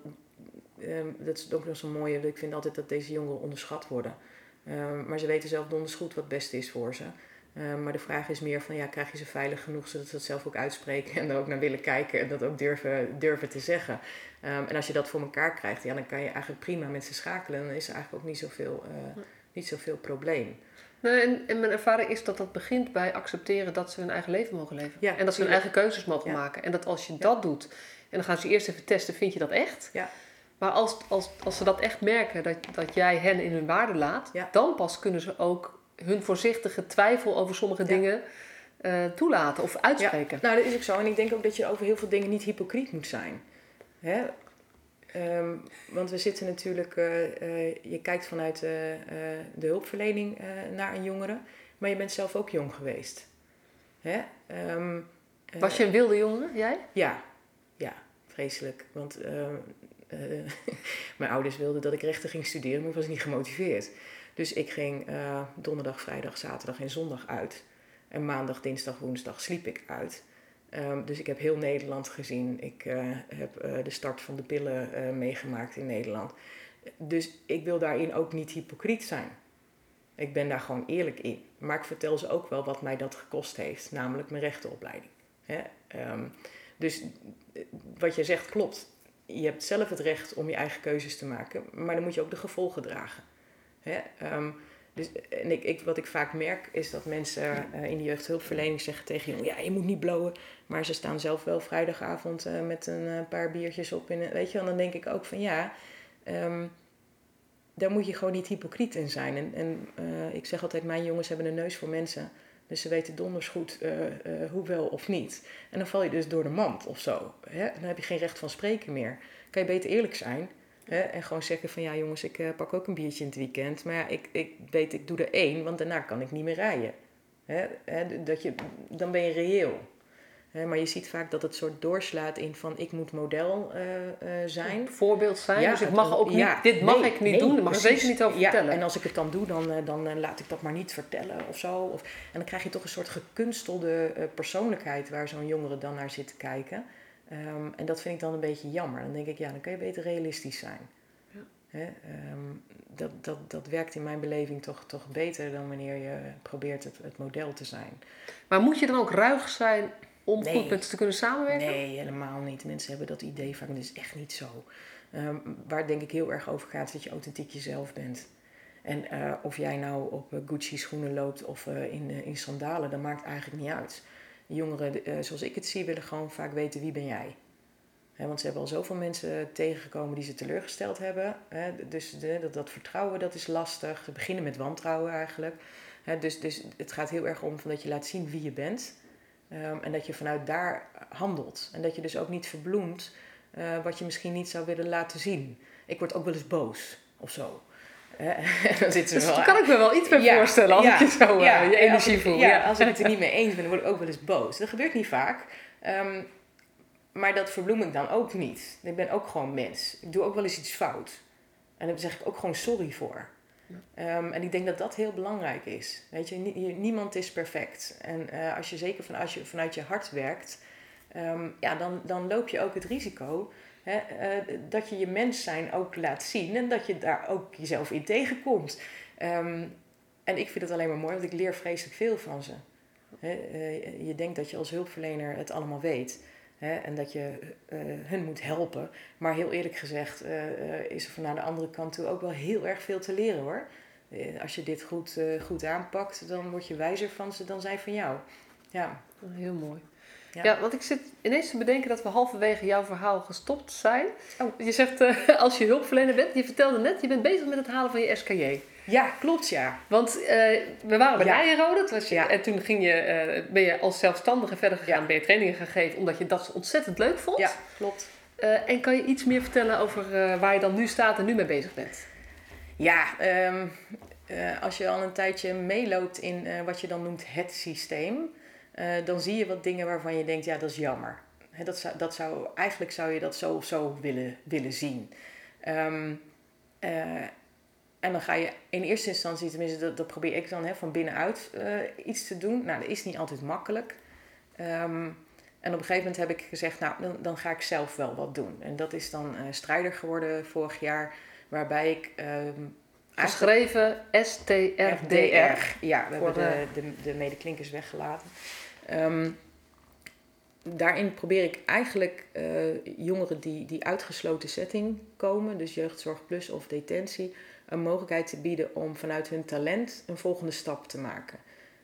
is ook nog zo mooi. Ik vind altijd dat deze jongeren onderschat worden. Maar ze weten zelf donders goed wat het beste is voor ze. Maar de vraag is meer van, krijg je ze veilig genoeg zodat ze dat zelf ook uitspreken en er ook naar willen kijken en dat ook durven te zeggen. En als je dat voor elkaar krijgt, dan kan je eigenlijk prima met ze schakelen. Dan is er eigenlijk ook niet zoveel probleem. Nee, en mijn ervaring is dat begint bij accepteren dat ze hun eigen leven mogen leven. Ja, en dat ze hun eigen keuzes mogen maken. En dat als je dat doet, en dan gaan ze eerst even testen, vind je dat echt? Ja. Maar als ze dat echt merken, dat jij hen in hun waarde laat, dan pas kunnen ze ook hun voorzichtige twijfel over sommige dingen toelaten of uitspreken. Ja. Nou, dat is ook zo. En ik denk ook dat je over heel veel dingen niet hypocriet moet zijn. Want we zitten natuurlijk, je kijkt vanuit de hulpverlening naar een jongere, maar je bent zelf ook jong geweest. Was je een wilde jongere, jij? Ja, vreselijk. Want mijn ouders wilden dat ik rechten ging studeren, maar ik was niet gemotiveerd. Dus ik ging donderdag, vrijdag, zaterdag en zondag uit. En maandag, dinsdag, woensdag sliep ik uit. Dus ik heb heel Nederland gezien. Ik heb de start van de pillen meegemaakt in Nederland. Dus ik wil daarin ook niet hypocriet zijn. Ik ben daar gewoon eerlijk in. Maar ik vertel ze ook wel wat mij dat gekost heeft. Namelijk mijn rechtenopleiding. Dus wat je zegt klopt. Je hebt zelf het recht om je eigen keuzes te maken. Maar dan moet je ook de gevolgen dragen. Dus, en wat ik vaak merk is dat mensen in de jeugdhulpverlening zeggen tegen je, je moet niet blowen. Maar ze staan zelf wel vrijdagavond met een paar biertjes op. Weet je wel, dan denk ik ook van daar moet je gewoon niet hypocriet in zijn. En ik zeg altijd, mijn jongens hebben een neus voor mensen. Dus ze weten donders goed hoe wel of niet. En dan val je dus door de mand of zo. Hè? Dan heb je geen recht van spreken meer. Kan je beter eerlijk zijn. Hè? En gewoon zeggen van, ja jongens, ik pak ook een biertje in het weekend. Maar ja, ik weet, ik doe er 1, want daarna kan ik niet meer rijden. Hè? Dan ben je reëel. Maar je ziet vaak dat het soort doorslaat in van ik moet model zijn. Voorbeeld zijn, dus ik mag ook niet, dit mag ik niet doen, daar mag ik zeker niet over vertellen. En als ik het dan doe, dan laat ik dat maar niet vertellen of zo. En dan krijg je toch een soort gekunstelde persoonlijkheid waar zo'n jongere dan naar zit te kijken. En dat vind ik dan een beetje jammer. Dan denk ik, ja, dan kan je beter realistisch zijn. Ja. Dat werkt in mijn beleving toch beter dan wanneer je probeert het model te zijn. Maar moet je dan ook ruig zijn om goed met ze te kunnen samenwerken? Nee, helemaal niet. Mensen hebben dat idee vaak, dat is echt niet zo. Waar het denk ik heel erg over gaat, is dat je authentiek jezelf bent. En of jij nou op Gucci schoenen loopt of in sandalen, dat maakt eigenlijk niet uit. De jongeren, zoals ik het zie, willen gewoon vaak weten wie ben jij. Want ze hebben al zoveel mensen tegengekomen die ze teleurgesteld hebben. Dus dat vertrouwen, dat is lastig. Ze beginnen met wantrouwen eigenlijk. Dus het gaat heel erg om dat je laat zien wie je bent. En dat je vanuit daar handelt. En dat je dus ook niet verbloemt wat je misschien niet zou willen laten zien. Ik word ook wel eens boos of zo. Dan zitten dus daar kan ik me wel iets bij voorstellen als ik je zo je energie voel. Ja, als ik het er niet mee eens ben, dan word ik ook wel eens boos. Dat gebeurt niet vaak. Maar dat verbloem ik dan ook niet. Ik ben ook gewoon mens. Ik doe ook wel eens iets fout. En daar zeg ik ook gewoon sorry voor. En ik denk dat dat heel belangrijk is. Weet je, niemand is perfect. En als je vanuit je hart werkt, dan loop je ook het risico dat je je mens zijn ook laat zien en dat je daar ook jezelf in tegenkomt. En ik vind het alleen maar mooi, want ik leer vreselijk veel van ze. Je denkt dat je als hulpverlener het allemaal weet. En dat je hun moet helpen. Maar heel eerlijk gezegd is er van naar de andere kant toe ook wel heel erg veel te leren hoor. Als je dit goed aanpakt, dan word je wijzer van ze dan zij van jou. Ja. Heel mooi. Ja, want ik zit ineens te bedenken dat we halverwege jouw verhaal gestopt zijn. Oh. Je zegt, als je hulpverlener bent, je vertelde net, je bent bezig met het halen van je SKJ. Ja, klopt ja. Want we waren bij Nijenrode en toen ben je als zelfstandige verder gegaan, ben je trainingen gegeven, omdat je dat ontzettend leuk vond. Ja, klopt. En kan je iets meer vertellen over waar je dan nu staat en nu mee bezig bent? Ja, als je al een tijdje meeloopt in wat je dan noemt het systeem, dan zie je wat dingen waarvan je denkt, ja, dat is jammer. Eigenlijk zou je dat zo of zo willen zien. En dan ga je in eerste instantie, tenminste dat probeer ik dan van binnenuit iets te doen. Nou, dat is niet altijd makkelijk. En op een gegeven moment heb ik gezegd, nou, dan ga ik zelf wel wat doen. En dat is dan strijder geworden vorig jaar, waarbij ik... geschreven STRDR. Ja, we hebben de medeklinkers weggelaten. Daarin probeer ik eigenlijk jongeren die uitgesloten setting komen, dus jeugdzorg plus of detentie, een mogelijkheid te bieden om vanuit hun talent een volgende stap te maken.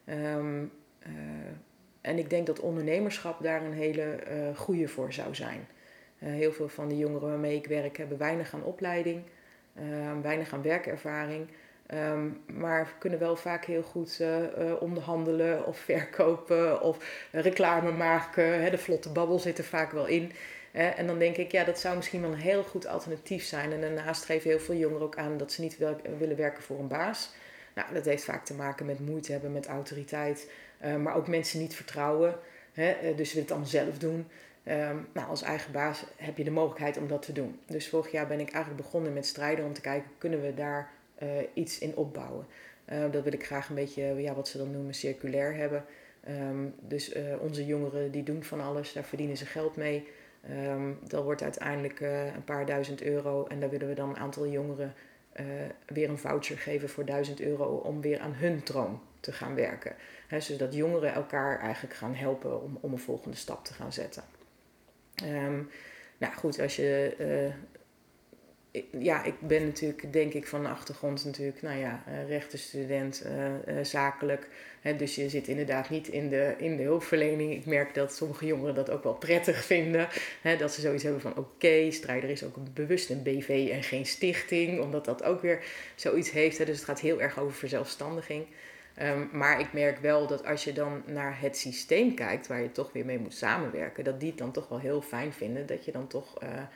En ik denk dat ondernemerschap daar een hele goede voor zou zijn. Heel veel van de jongeren waarmee ik werk hebben weinig aan opleiding, weinig aan werkervaring. Maar kunnen wel vaak heel goed onderhandelen of verkopen of reclame maken. De vlotte babbel zit er vaak wel in. En dan denk ik, ja, dat zou misschien wel een heel goed alternatief zijn. En daarnaast geven heel veel jongeren ook aan dat ze niet willen werken voor een baas. Nou, dat heeft vaak te maken met moeite hebben met autoriteit. Maar ook mensen niet vertrouwen. Dus ze willen het allemaal zelf doen. Als eigen baas heb je de mogelijkheid om dat te doen. Dus vorig jaar ben ik eigenlijk begonnen met strijden om te kijken, kunnen we daar iets in opbouwen. Dat wil ik graag een beetje, wat ze dan noemen, circulair hebben. Dus onze jongeren die doen van alles, daar verdienen ze geld mee. Dat wordt uiteindelijk een paar €1000 en daar willen we dan een aantal jongeren weer een voucher geven voor €1000 om weer aan hun droom te gaan werken. Zodat jongeren elkaar eigenlijk gaan helpen om een volgende stap te gaan zetten. Nou goed, als je ik ben natuurlijk, denk ik, van de achtergrond natuurlijk, rechtenstudent, zakelijk. Dus je zit inderdaad niet in de hulpverlening. Ik merk dat sommige jongeren dat ook wel prettig vinden. Dat ze zoiets hebben van strijder is ook bewust een BV en geen stichting. Omdat dat ook weer zoiets heeft. Dus het gaat heel erg over verzelfstandiging. Maar ik merk wel dat als je dan naar het systeem kijkt, waar je toch weer mee moet samenwerken, dat die het dan toch wel heel fijn vinden. Dat je dan toch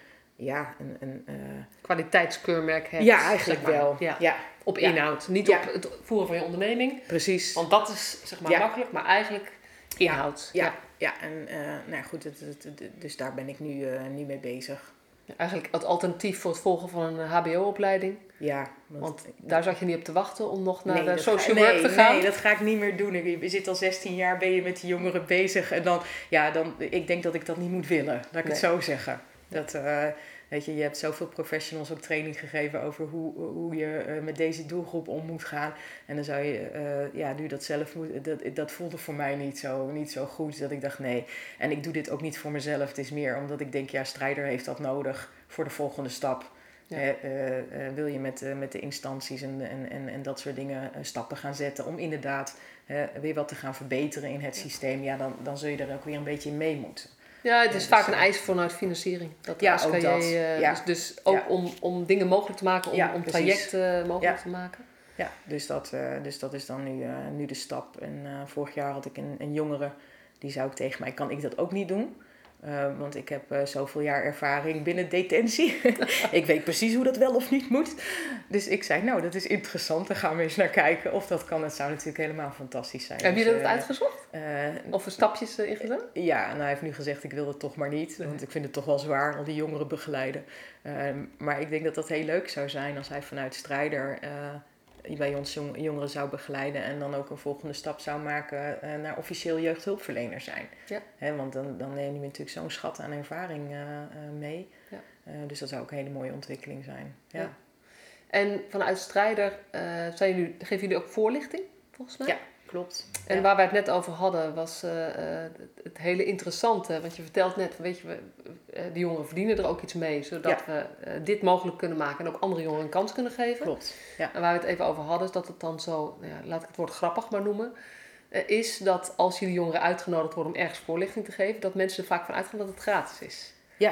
een kwaliteitskeurmerk hebt. Ja, eigenlijk zeg maar. wel. Ja. Op inhoud, niet op het voeren van je onderneming. Precies. Want dat is zeg maar makkelijk, maar eigenlijk inhoud. Ja. En goed, dus daar ben ik nu mee bezig. Eigenlijk het alternatief voor het volgen van een hbo-opleiding. Ja. Want daar zat je niet op te wachten om nog naar de social work te gaan. Nee, dat ga ik niet meer doen. Je zit al 16 jaar, ben je met die jongeren bezig. En dan ik denk dat ik dat niet moet willen. Laat ik het zo zeggen. Dat, weet je hebt zoveel professionals ook training gegeven over hoe je met deze doelgroep om moet gaan. En dan zou je, nu dat zelf moet, dat voelde voor mij niet zo goed. Dat ik dacht, nee. En ik doe dit ook niet voor mezelf. Het is meer omdat ik denk, strijder heeft dat nodig voor de volgende stap. Ja. Wil je met de instanties en dat soort dingen stappen gaan zetten om inderdaad weer wat te gaan verbeteren in het systeem, dan zul je er ook weer een beetje in mee moeten. Ja, het is vaak een eis vanuit financiering. Dat de ASKJ, ook dat. Dus ook om dingen mogelijk te maken, om trajecten mogelijk te maken. Ja, dus dat is dan nu de stap. En vorig jaar had ik een jongere, die zei ook tegen mij, kan ik dat ook niet doen? Want ik heb zoveel jaar ervaring binnen detentie. Ik weet precies hoe dat wel of niet moet. Dus ik zei, dat is interessant. Daar gaan we eens naar kijken of dat kan. Het zou natuurlijk helemaal fantastisch zijn. Heb je dat uitgezocht? Of er stapjes ingezet? Ja, hij heeft nu gezegd, ik wil het toch maar niet. Want ik vind het toch wel zwaar, al die jongeren begeleiden. Maar ik denk dat dat heel leuk zou zijn als hij vanuit strijder bij ons jongeren zou begeleiden en dan ook een volgende stap zou maken naar officieel jeugdhulpverlener zijn. Ja. Want dan neem je natuurlijk zo'n schat aan ervaring mee. Ja. Dus dat zou ook een hele mooie ontwikkeling zijn. Ja. En vanuit strijder geven jullie ook voorlichting, volgens mij? Ja, klopt. En waar wij het net over hadden was het hele interessante. Want je vertelt net, weet je, de jongeren verdienen er ook iets mee. Zodat we dit mogelijk kunnen maken en ook andere jongeren een kans kunnen geven. Klopt. Ja. En waar we het even over hadden is dat het dan zo, laat ik het woord grappig maar noemen. Is dat als jullie jongeren uitgenodigd worden om ergens voorlichting te geven, dat mensen er vaak van uitgaan dat het gratis is. Ja,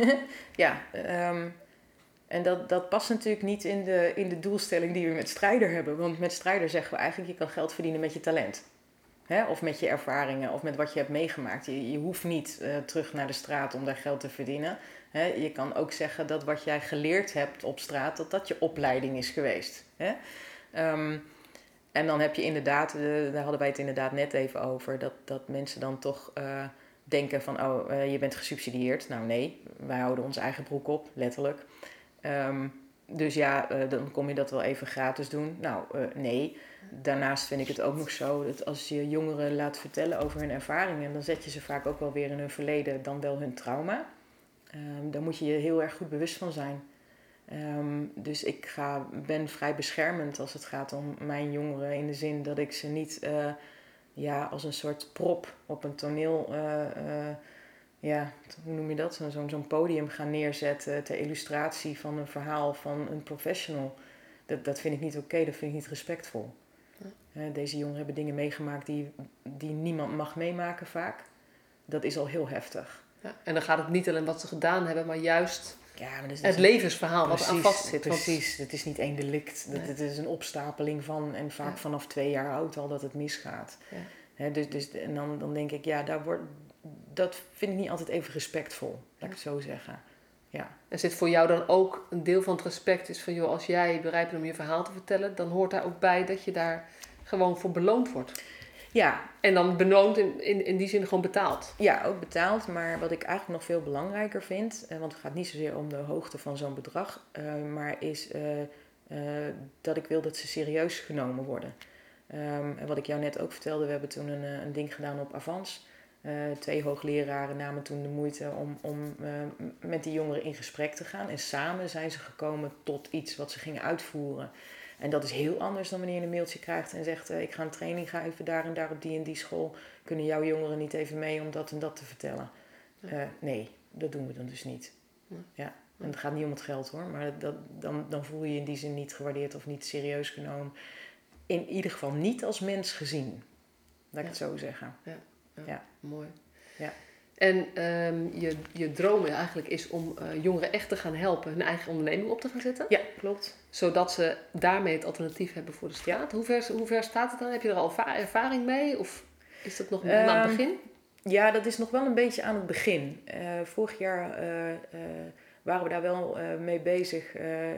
en dat past natuurlijk niet in de doelstelling die we met strijder hebben. Want met strijder zeggen we eigenlijk, je kan geld verdienen met je talent. Of met je ervaringen, of met wat je hebt meegemaakt. Je hoeft niet terug naar de straat om daar geld te verdienen. Je kan ook zeggen dat wat jij geleerd hebt op straat, dat je opleiding is geweest. En dan heb je inderdaad, daar hadden wij het inderdaad net even over, dat mensen dan toch denken van, je bent gesubsidieerd. Nou nee, wij houden onze eigen broek op, letterlijk. Dus dan kom je dat wel even gratis doen. Nou, nee. Daarnaast vind ik het ook nog zo dat als je jongeren laat vertellen over hun ervaringen, dan zet je ze vaak ook wel weer in hun verleden, dan wel hun trauma. Daar moet je je heel erg goed bewust van zijn. Dus ik ben vrij beschermend als het gaat om mijn jongeren, in de zin dat ik ze niet als een soort prop op een toneel, hoe noem je dat? Zo'n podium gaan neerzetten ter illustratie van een verhaal van een professional. Dat vind ik niet oké, dat vind ik niet respectvol. Deze jongeren hebben dingen meegemaakt die niemand mag meemaken vaak. Dat is al heel heftig. Ja, en dan gaat het niet alleen wat ze gedaan hebben, maar juist maar het levensverhaal wat aan vast zit. Precies, het is niet één delict. Het is een opstapeling van, en vaak vanaf 2 jaar oud al dat het misgaat. Ja. En dan denk ik, dat vind ik niet altijd even respectvol, laat ik het zo zeggen. Ja. En zit voor jou dan ook een deel van het respect is van, joh, als jij bereid bent om je verhaal te vertellen, dan hoort daar ook bij dat je daar gewoon voor beloond wordt. Ja. En dan beloond in die zin gewoon betaald. Ja, ook betaald. Maar wat ik eigenlijk nog veel belangrijker vind, want het gaat niet zozeer om de hoogte van zo'n bedrag, maar is dat ik wil dat ze serieus genomen worden. En wat ik jou net ook vertelde, we hebben toen een ding gedaan op Avans. 2 hoogleraren namen toen de moeite om met die jongeren in gesprek te gaan. En samen zijn ze gekomen tot iets wat ze gingen uitvoeren. En dat is heel anders dan wanneer je een mailtje krijgt en zegt, ik ga een training geven daar en daar op die en die school. Kunnen jouw jongeren niet even mee om dat en dat te vertellen? Nee, dat doen we dan dus niet. Ja. En het gaat niet om het geld hoor, maar dan voel je je in die zin niet gewaardeerd of niet serieus genomen. In ieder geval niet als mens gezien. Laat ik het zo zeggen. Ja. Mooi. Ja. En je droom eigenlijk is om jongeren echt te gaan helpen hun eigen onderneming op te gaan zetten. Ja, klopt. Zodat ze daarmee het alternatief hebben voor de straat. Ja. Hoe ver staat het dan? Heb je er al ervaring mee? Of is dat nog aan het begin? Ja, dat is nog wel een beetje aan het begin. Vorig jaar waren we daar wel mee bezig.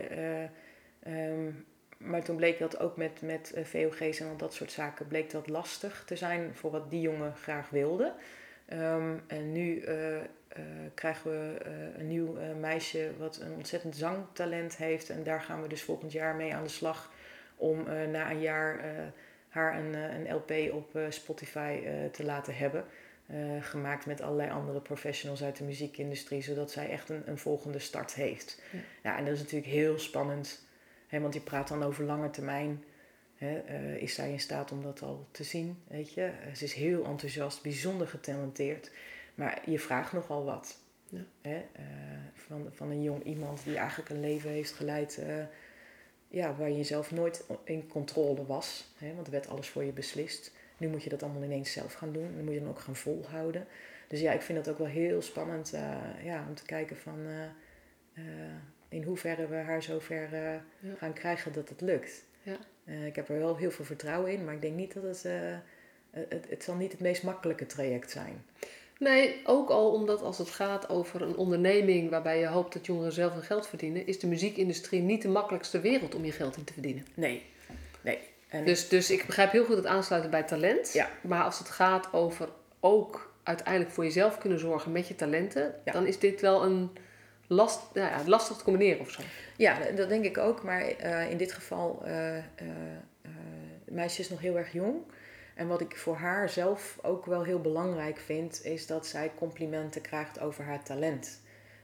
Maar toen bleek dat ook met VOG's en al dat soort zaken bleek dat lastig te zijn voor wat die jongen graag wilde. En nu krijgen we een nieuw meisje wat een ontzettend zangtalent heeft. En daar gaan we dus volgend jaar mee aan de slag om na een jaar haar een LP op Spotify te laten hebben. Gemaakt met allerlei andere professionals uit de muziekindustrie, zodat zij echt een volgende start heeft. Ja. Ja, en dat is natuurlijk heel spannend, hè, want je praat dan over lange termijn. Is zij in staat om dat al te zien, weet je? Ze is heel enthousiast, bijzonder getalenteerd, maar je vraagt nogal wat. Ja. Van een jong iemand die eigenlijk een leven heeft geleid waar je zelf nooit in controle was, want er werd alles voor je beslist. Nu moet je dat allemaal ineens zelf gaan doen. Dan moet je dan ook gaan volhouden. Dus ja, ik vind dat ook wel heel spannend om te kijken van in hoeverre we haar zover gaan krijgen dat het lukt. Ja. Ik heb er wel heel veel vertrouwen in, maar ik denk niet dat het zal niet het meest makkelijke traject zijn. Nee, ook al omdat als het gaat over een onderneming waarbij je hoopt dat jongeren zelf hun geld verdienen, is de muziekindustrie niet de makkelijkste wereld om je geld in te verdienen. Nee. En dus ik begrijp heel goed het aansluiten bij talent. Ja. Maar als het gaat over ook uiteindelijk voor jezelf kunnen zorgen met je talenten, dan is dit wel een lastig te combineren of zo. Ja, dat denk ik ook. Maar in dit geval, het meisje is nog heel erg jong. En wat ik voor haar zelf ook wel heel belangrijk vind, is dat zij complimenten krijgt over haar talent.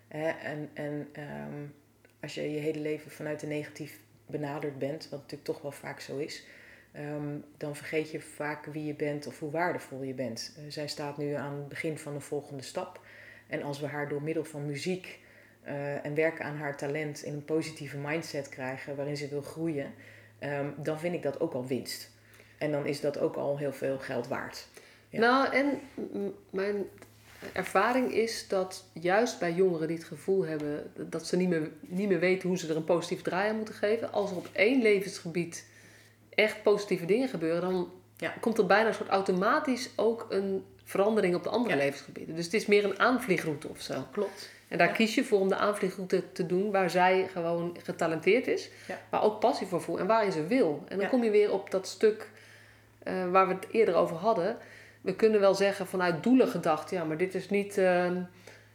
Als je je hele leven vanuit de negatief benaderd bent, wat natuurlijk toch wel vaak zo is, dan vergeet je vaak wie je bent of hoe waardevol je bent. Zij staat nu aan het begin van de volgende stap. En als we haar door middel van muziek en werken aan haar talent in een positieve mindset krijgen waarin ze wil groeien, dan vind ik dat ook al winst. En dan is dat ook al heel veel geld waard. Ja. Nou, en mijn ervaring is dat juist bij jongeren die het gevoel hebben dat ze niet meer weten hoe ze er een positieve draai aan moeten geven, als er op één levensgebied echt positieve dingen gebeuren, dan komt er bijna een soort automatisch ook een verandering op de andere levensgebieden. Dus het is meer een aanvliegroute of zo. Klopt. En daar kies je voor om de aanvliegroute te doen waar zij gewoon getalenteerd is, maar ook passie voor voelt en waarin ze wil. En dan kom je weer op dat stuk waar we het eerder over hadden. We kunnen wel zeggen vanuit doelen gedacht, maar dit is niet. Er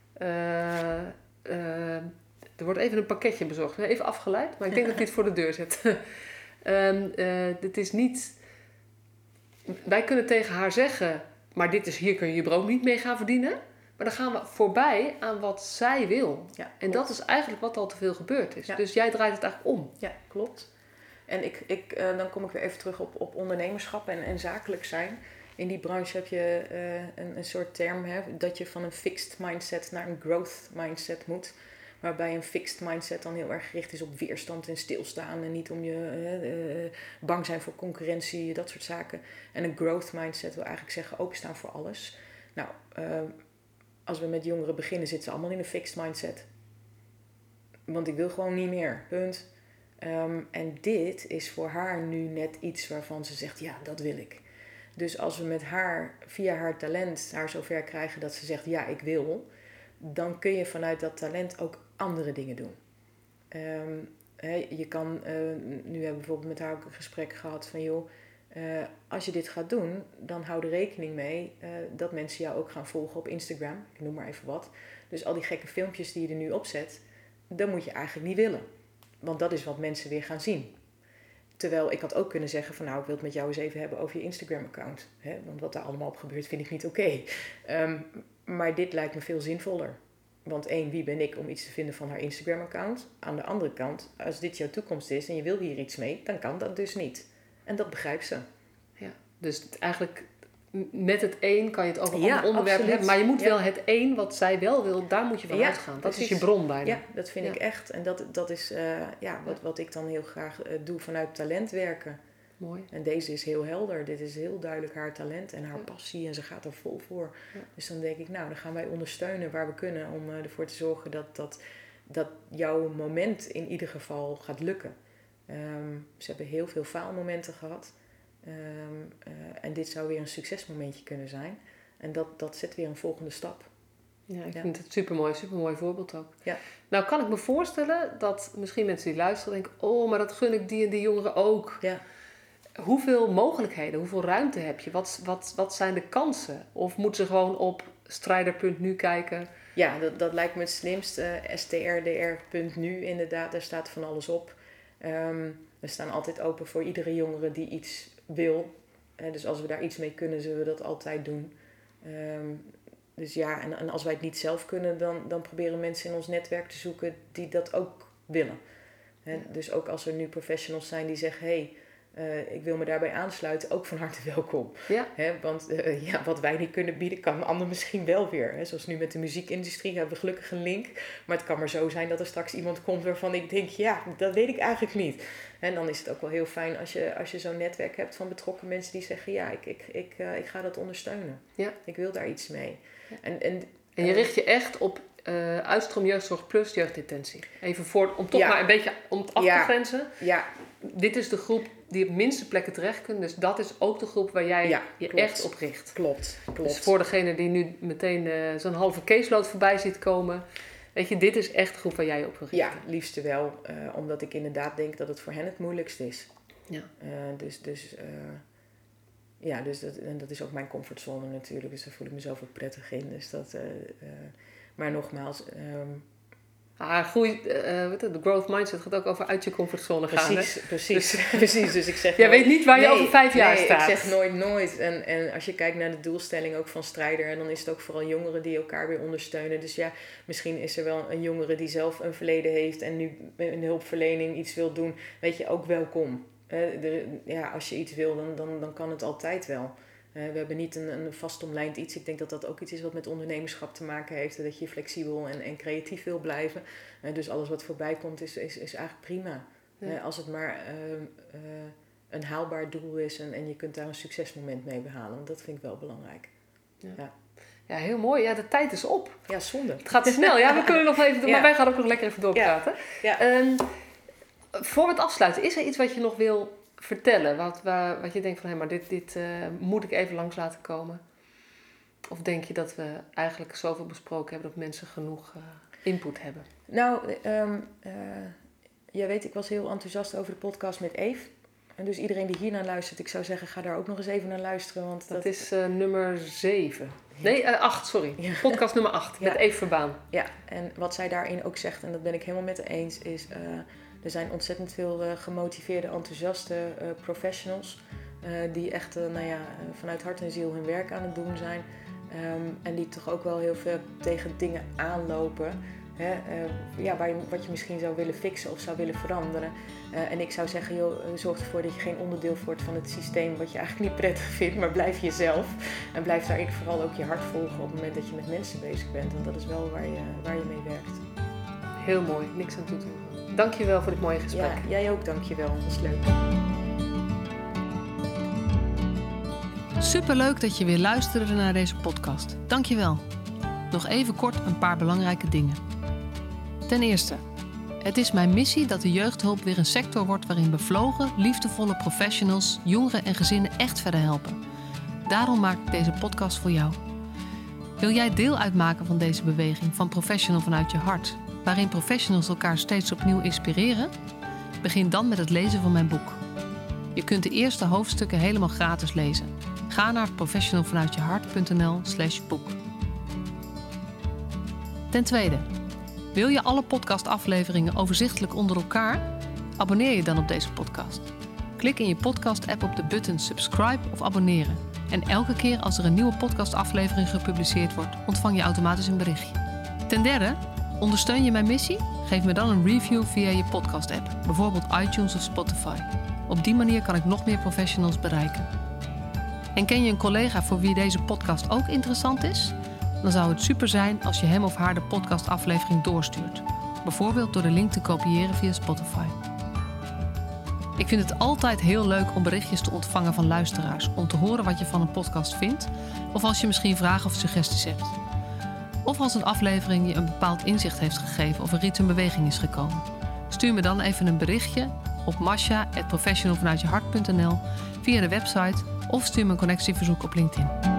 wordt even een pakketje bezorgd. Even afgeleid, maar ik denk dat ik dit voor de deur zet. Dit is niet. Wij kunnen tegen haar zeggen, maar hier kun je je brood niet mee gaan verdienen. Maar dan gaan we voorbij aan wat zij wil. Ja, en dat is eigenlijk wat al te veel gebeurd is. Ja. Dus jij draait het eigenlijk om. Ja, klopt. En dan kom ik weer even terug op ondernemerschap en zakelijk zijn. In die branche heb je een soort term, dat je van een fixed mindset naar een growth mindset moet. Waarbij een fixed mindset dan heel erg gericht is op weerstand en stilstaan. En niet om je bang zijn voor concurrentie, dat soort zaken. En een growth mindset wil eigenlijk zeggen openstaan voor alles. Nou, als we met jongeren beginnen, zitten ze allemaal in een fixed mindset. Want ik wil gewoon niet meer, punt. En dit is voor haar nu net iets waarvan ze zegt, ja, dat wil ik. Dus als we met haar, via haar talent, haar zover krijgen dat ze zegt, ja, ik wil, dan kun je vanuit dat talent ook andere dingen doen. Je kan, nu hebben we bijvoorbeeld met haar ook een gesprek gehad van, joh, als je dit gaat doen, dan hou er rekening mee dat mensen jou ook gaan volgen op Instagram. Ik noem maar even wat. Dus al die gekke filmpjes die je er nu opzet, dat moet je eigenlijk niet willen. Want dat is wat mensen weer gaan zien. Terwijl ik had ook kunnen zeggen van nou, ik wil het met jou eens even hebben over je Instagram-account. Want wat daar allemaal op gebeurt vind ik niet oké. Maar dit lijkt me veel zinvoller. Want wie ben ik om iets te vinden van haar Instagram-account? Aan de andere kant, als dit jouw toekomst is en je wil hier iets mee, dan kan dat dus niet. En dat begrijpt ze. Ja, dus eigenlijk met het een kan je het over andere onderwerpen hebben. Maar je moet wel het een wat zij wel wil, daar moet je van uitgaan. Dat is je bron bijna. Ja, dat vind ik echt. En dat is wat ik dan heel graag doe vanuit talent werken. Mooi. En deze is heel helder. Dit is heel duidelijk haar talent en haar passie. En ze gaat er vol voor. Ja. Dus dan denk ik, dan gaan wij ondersteunen waar we kunnen. Om ervoor te zorgen dat jouw moment in ieder geval gaat lukken. Ze hebben heel veel faalmomenten gehad. En dit zou weer een succesmomentje kunnen zijn. En dat zet weer een volgende stap. Ja, ik vind het supermooi voorbeeld ook. Ja. Nou kan ik me voorstellen dat misschien mensen die luisteren denken... maar dat gun ik die en die jongeren ook. Ja. Hoeveel mogelijkheden, hoeveel ruimte heb je? Wat zijn de kansen? Of moeten ze gewoon op strijder.nu kijken? Ja, dat lijkt me het slimste. strdr.nu inderdaad, daar staat van alles op. We staan altijd open voor iedere jongere die iets wil. Dus als we daar iets mee kunnen, zullen we dat altijd doen. Dus ja, en als wij het niet zelf kunnen, dan proberen mensen in ons netwerk te zoeken die dat ook willen. Dus ook als er nu professionals zijn die zeggen... ik wil me daarbij aansluiten, ook van harte welkom. Ja. Want wat wij niet kunnen bieden, kan een ander misschien wel weer. Zoals nu met de muziekindustrie hebben we gelukkig een link. Maar het kan maar zo zijn dat er straks iemand komt waarvan ik denk... dat weet ik eigenlijk niet. En dan is het ook wel heel fijn als je zo'n netwerk hebt van betrokken mensen die zeggen... ik ga dat ondersteunen. Ja. Ik wil daar iets mee. Ja. En je richt je echt op uitstroom jeugdzorg plus jeugddetentie. Even om toch maar een beetje om het af te grenzen. Ja. Dit is de groep die op minste plekken terecht kunnen. Dus dat is ook de groep waar jij je echt op richt. Klopt. Dus voor degene die nu meteen zo'n halve caseload voorbij ziet komen... Weet je, dit is echt de groep waar jij op wil richten. Ja, liefste wel. Omdat ik inderdaad denk dat het voor hen het moeilijkst is. Ja. Dat is ook mijn comfortzone natuurlijk. Dus daar voel ik me zoveel prettig in. Dus maar nogmaals... de growth mindset gaat ook over uit je comfortzone gaan. Precies. Dus ik zeg jij weet niet waar je over 5 jaar staat. Ik zeg nooit. En als je kijkt naar de doelstelling ook van Strijder... dan is het ook vooral jongeren die elkaar weer ondersteunen. Dus ja, misschien is er wel een jongere die zelf een verleden heeft... en nu in hulpverlening iets wil doen. Weet je, ook welkom. Als je iets wil, dan kan het altijd wel. We hebben niet een vastomlijnd iets. Ik denk dat dat ook iets is wat met ondernemerschap te maken heeft. Dat je flexibel en creatief wil blijven. Dus alles wat voorbij komt is eigenlijk prima. Ja. Als het maar een haalbaar doel is en je kunt daar een succesmoment mee behalen. Want dat vind ik wel belangrijk. Ja, heel mooi. Ja, de tijd is op. Ja, zonde. Het gaat snel. Ja, we kunnen nog even doen. Maar wij gaan ook nog lekker even doorpraten. Ja. Voor we het afsluiten, is er iets wat je nog wil vertellen? Wat je denkt van, maar dit moet ik even langs laten komen? Of denk je dat we eigenlijk zoveel besproken hebben dat mensen genoeg input hebben? Nou, jij weet, ik was heel enthousiast over de podcast met Eve. En dus iedereen die hier naar luistert, ik zou zeggen, ga daar ook nog eens even naar luisteren. Want dat is nummer 7. Nee, 8, sorry. Ja. Podcast nummer 8, met Eve Verbaan. Ja, en wat zij daarin ook zegt, en dat ben ik helemaal met haar eens, is... er zijn ontzettend veel gemotiveerde, enthousiaste professionals... die echt vanuit hart en ziel hun werk aan het doen zijn. En die toch ook wel heel veel tegen dingen aanlopen... wat je misschien zou willen fixen of zou willen veranderen. En ik zou zeggen, zorg ervoor dat je geen onderdeel wordt van het systeem wat je eigenlijk niet prettig vindt, maar blijf jezelf. En blijf daarin vooral ook je hart volgen op het moment dat je met mensen bezig bent. Want dat is wel waar je mee werkt. Heel mooi, niks aan toe te voegen. Dankjewel voor dit mooie gesprek. Ja, jij ook dankjewel, dat is leuk. Superleuk dat je weer luisterde naar deze podcast. Dankjewel. Nog even kort een paar belangrijke dingen. Ten eerste, het is mijn missie dat de jeugdhulp weer een sector wordt waarin bevlogen, liefdevolle professionals, jongeren en gezinnen echt verder helpen. Daarom maak ik deze podcast voor jou. Wil jij deel uitmaken van deze beweging van Professional vanuit je hart, waarin professionals elkaar steeds opnieuw inspireren? Begin dan met het lezen van mijn boek. Je kunt de eerste hoofdstukken helemaal gratis lezen. Ga naar professionalvanuitjehart.nl/boek. Ten tweede, wil je alle podcastafleveringen overzichtelijk onder elkaar? Abonneer je dan op deze podcast. Klik in je podcast-app op de button subscribe of abonneren. En elke keer als er een nieuwe podcastaflevering gepubliceerd wordt, ontvang je automatisch een berichtje. Ten derde, ondersteun je mijn missie? Geef me dan een review via je podcast-app, bijvoorbeeld iTunes of Spotify. Op die manier kan ik nog meer professionals bereiken. En ken je een collega voor wie deze podcast ook interessant is? Dan zou het super zijn als je hem of haar de podcastaflevering doorstuurt. Bijvoorbeeld door de link te kopiëren via Spotify. Ik vind het altijd heel leuk om berichtjes te ontvangen van luisteraars, om te horen wat je van een podcast vindt, of als je misschien vragen of suggesties hebt. Of als een aflevering je een bepaald inzicht heeft gegeven of er iets in beweging is gekomen. Stuur me dan even een berichtje op masha@professionalvanuitjehart.nl via de website of stuur me een connectieverzoek op LinkedIn.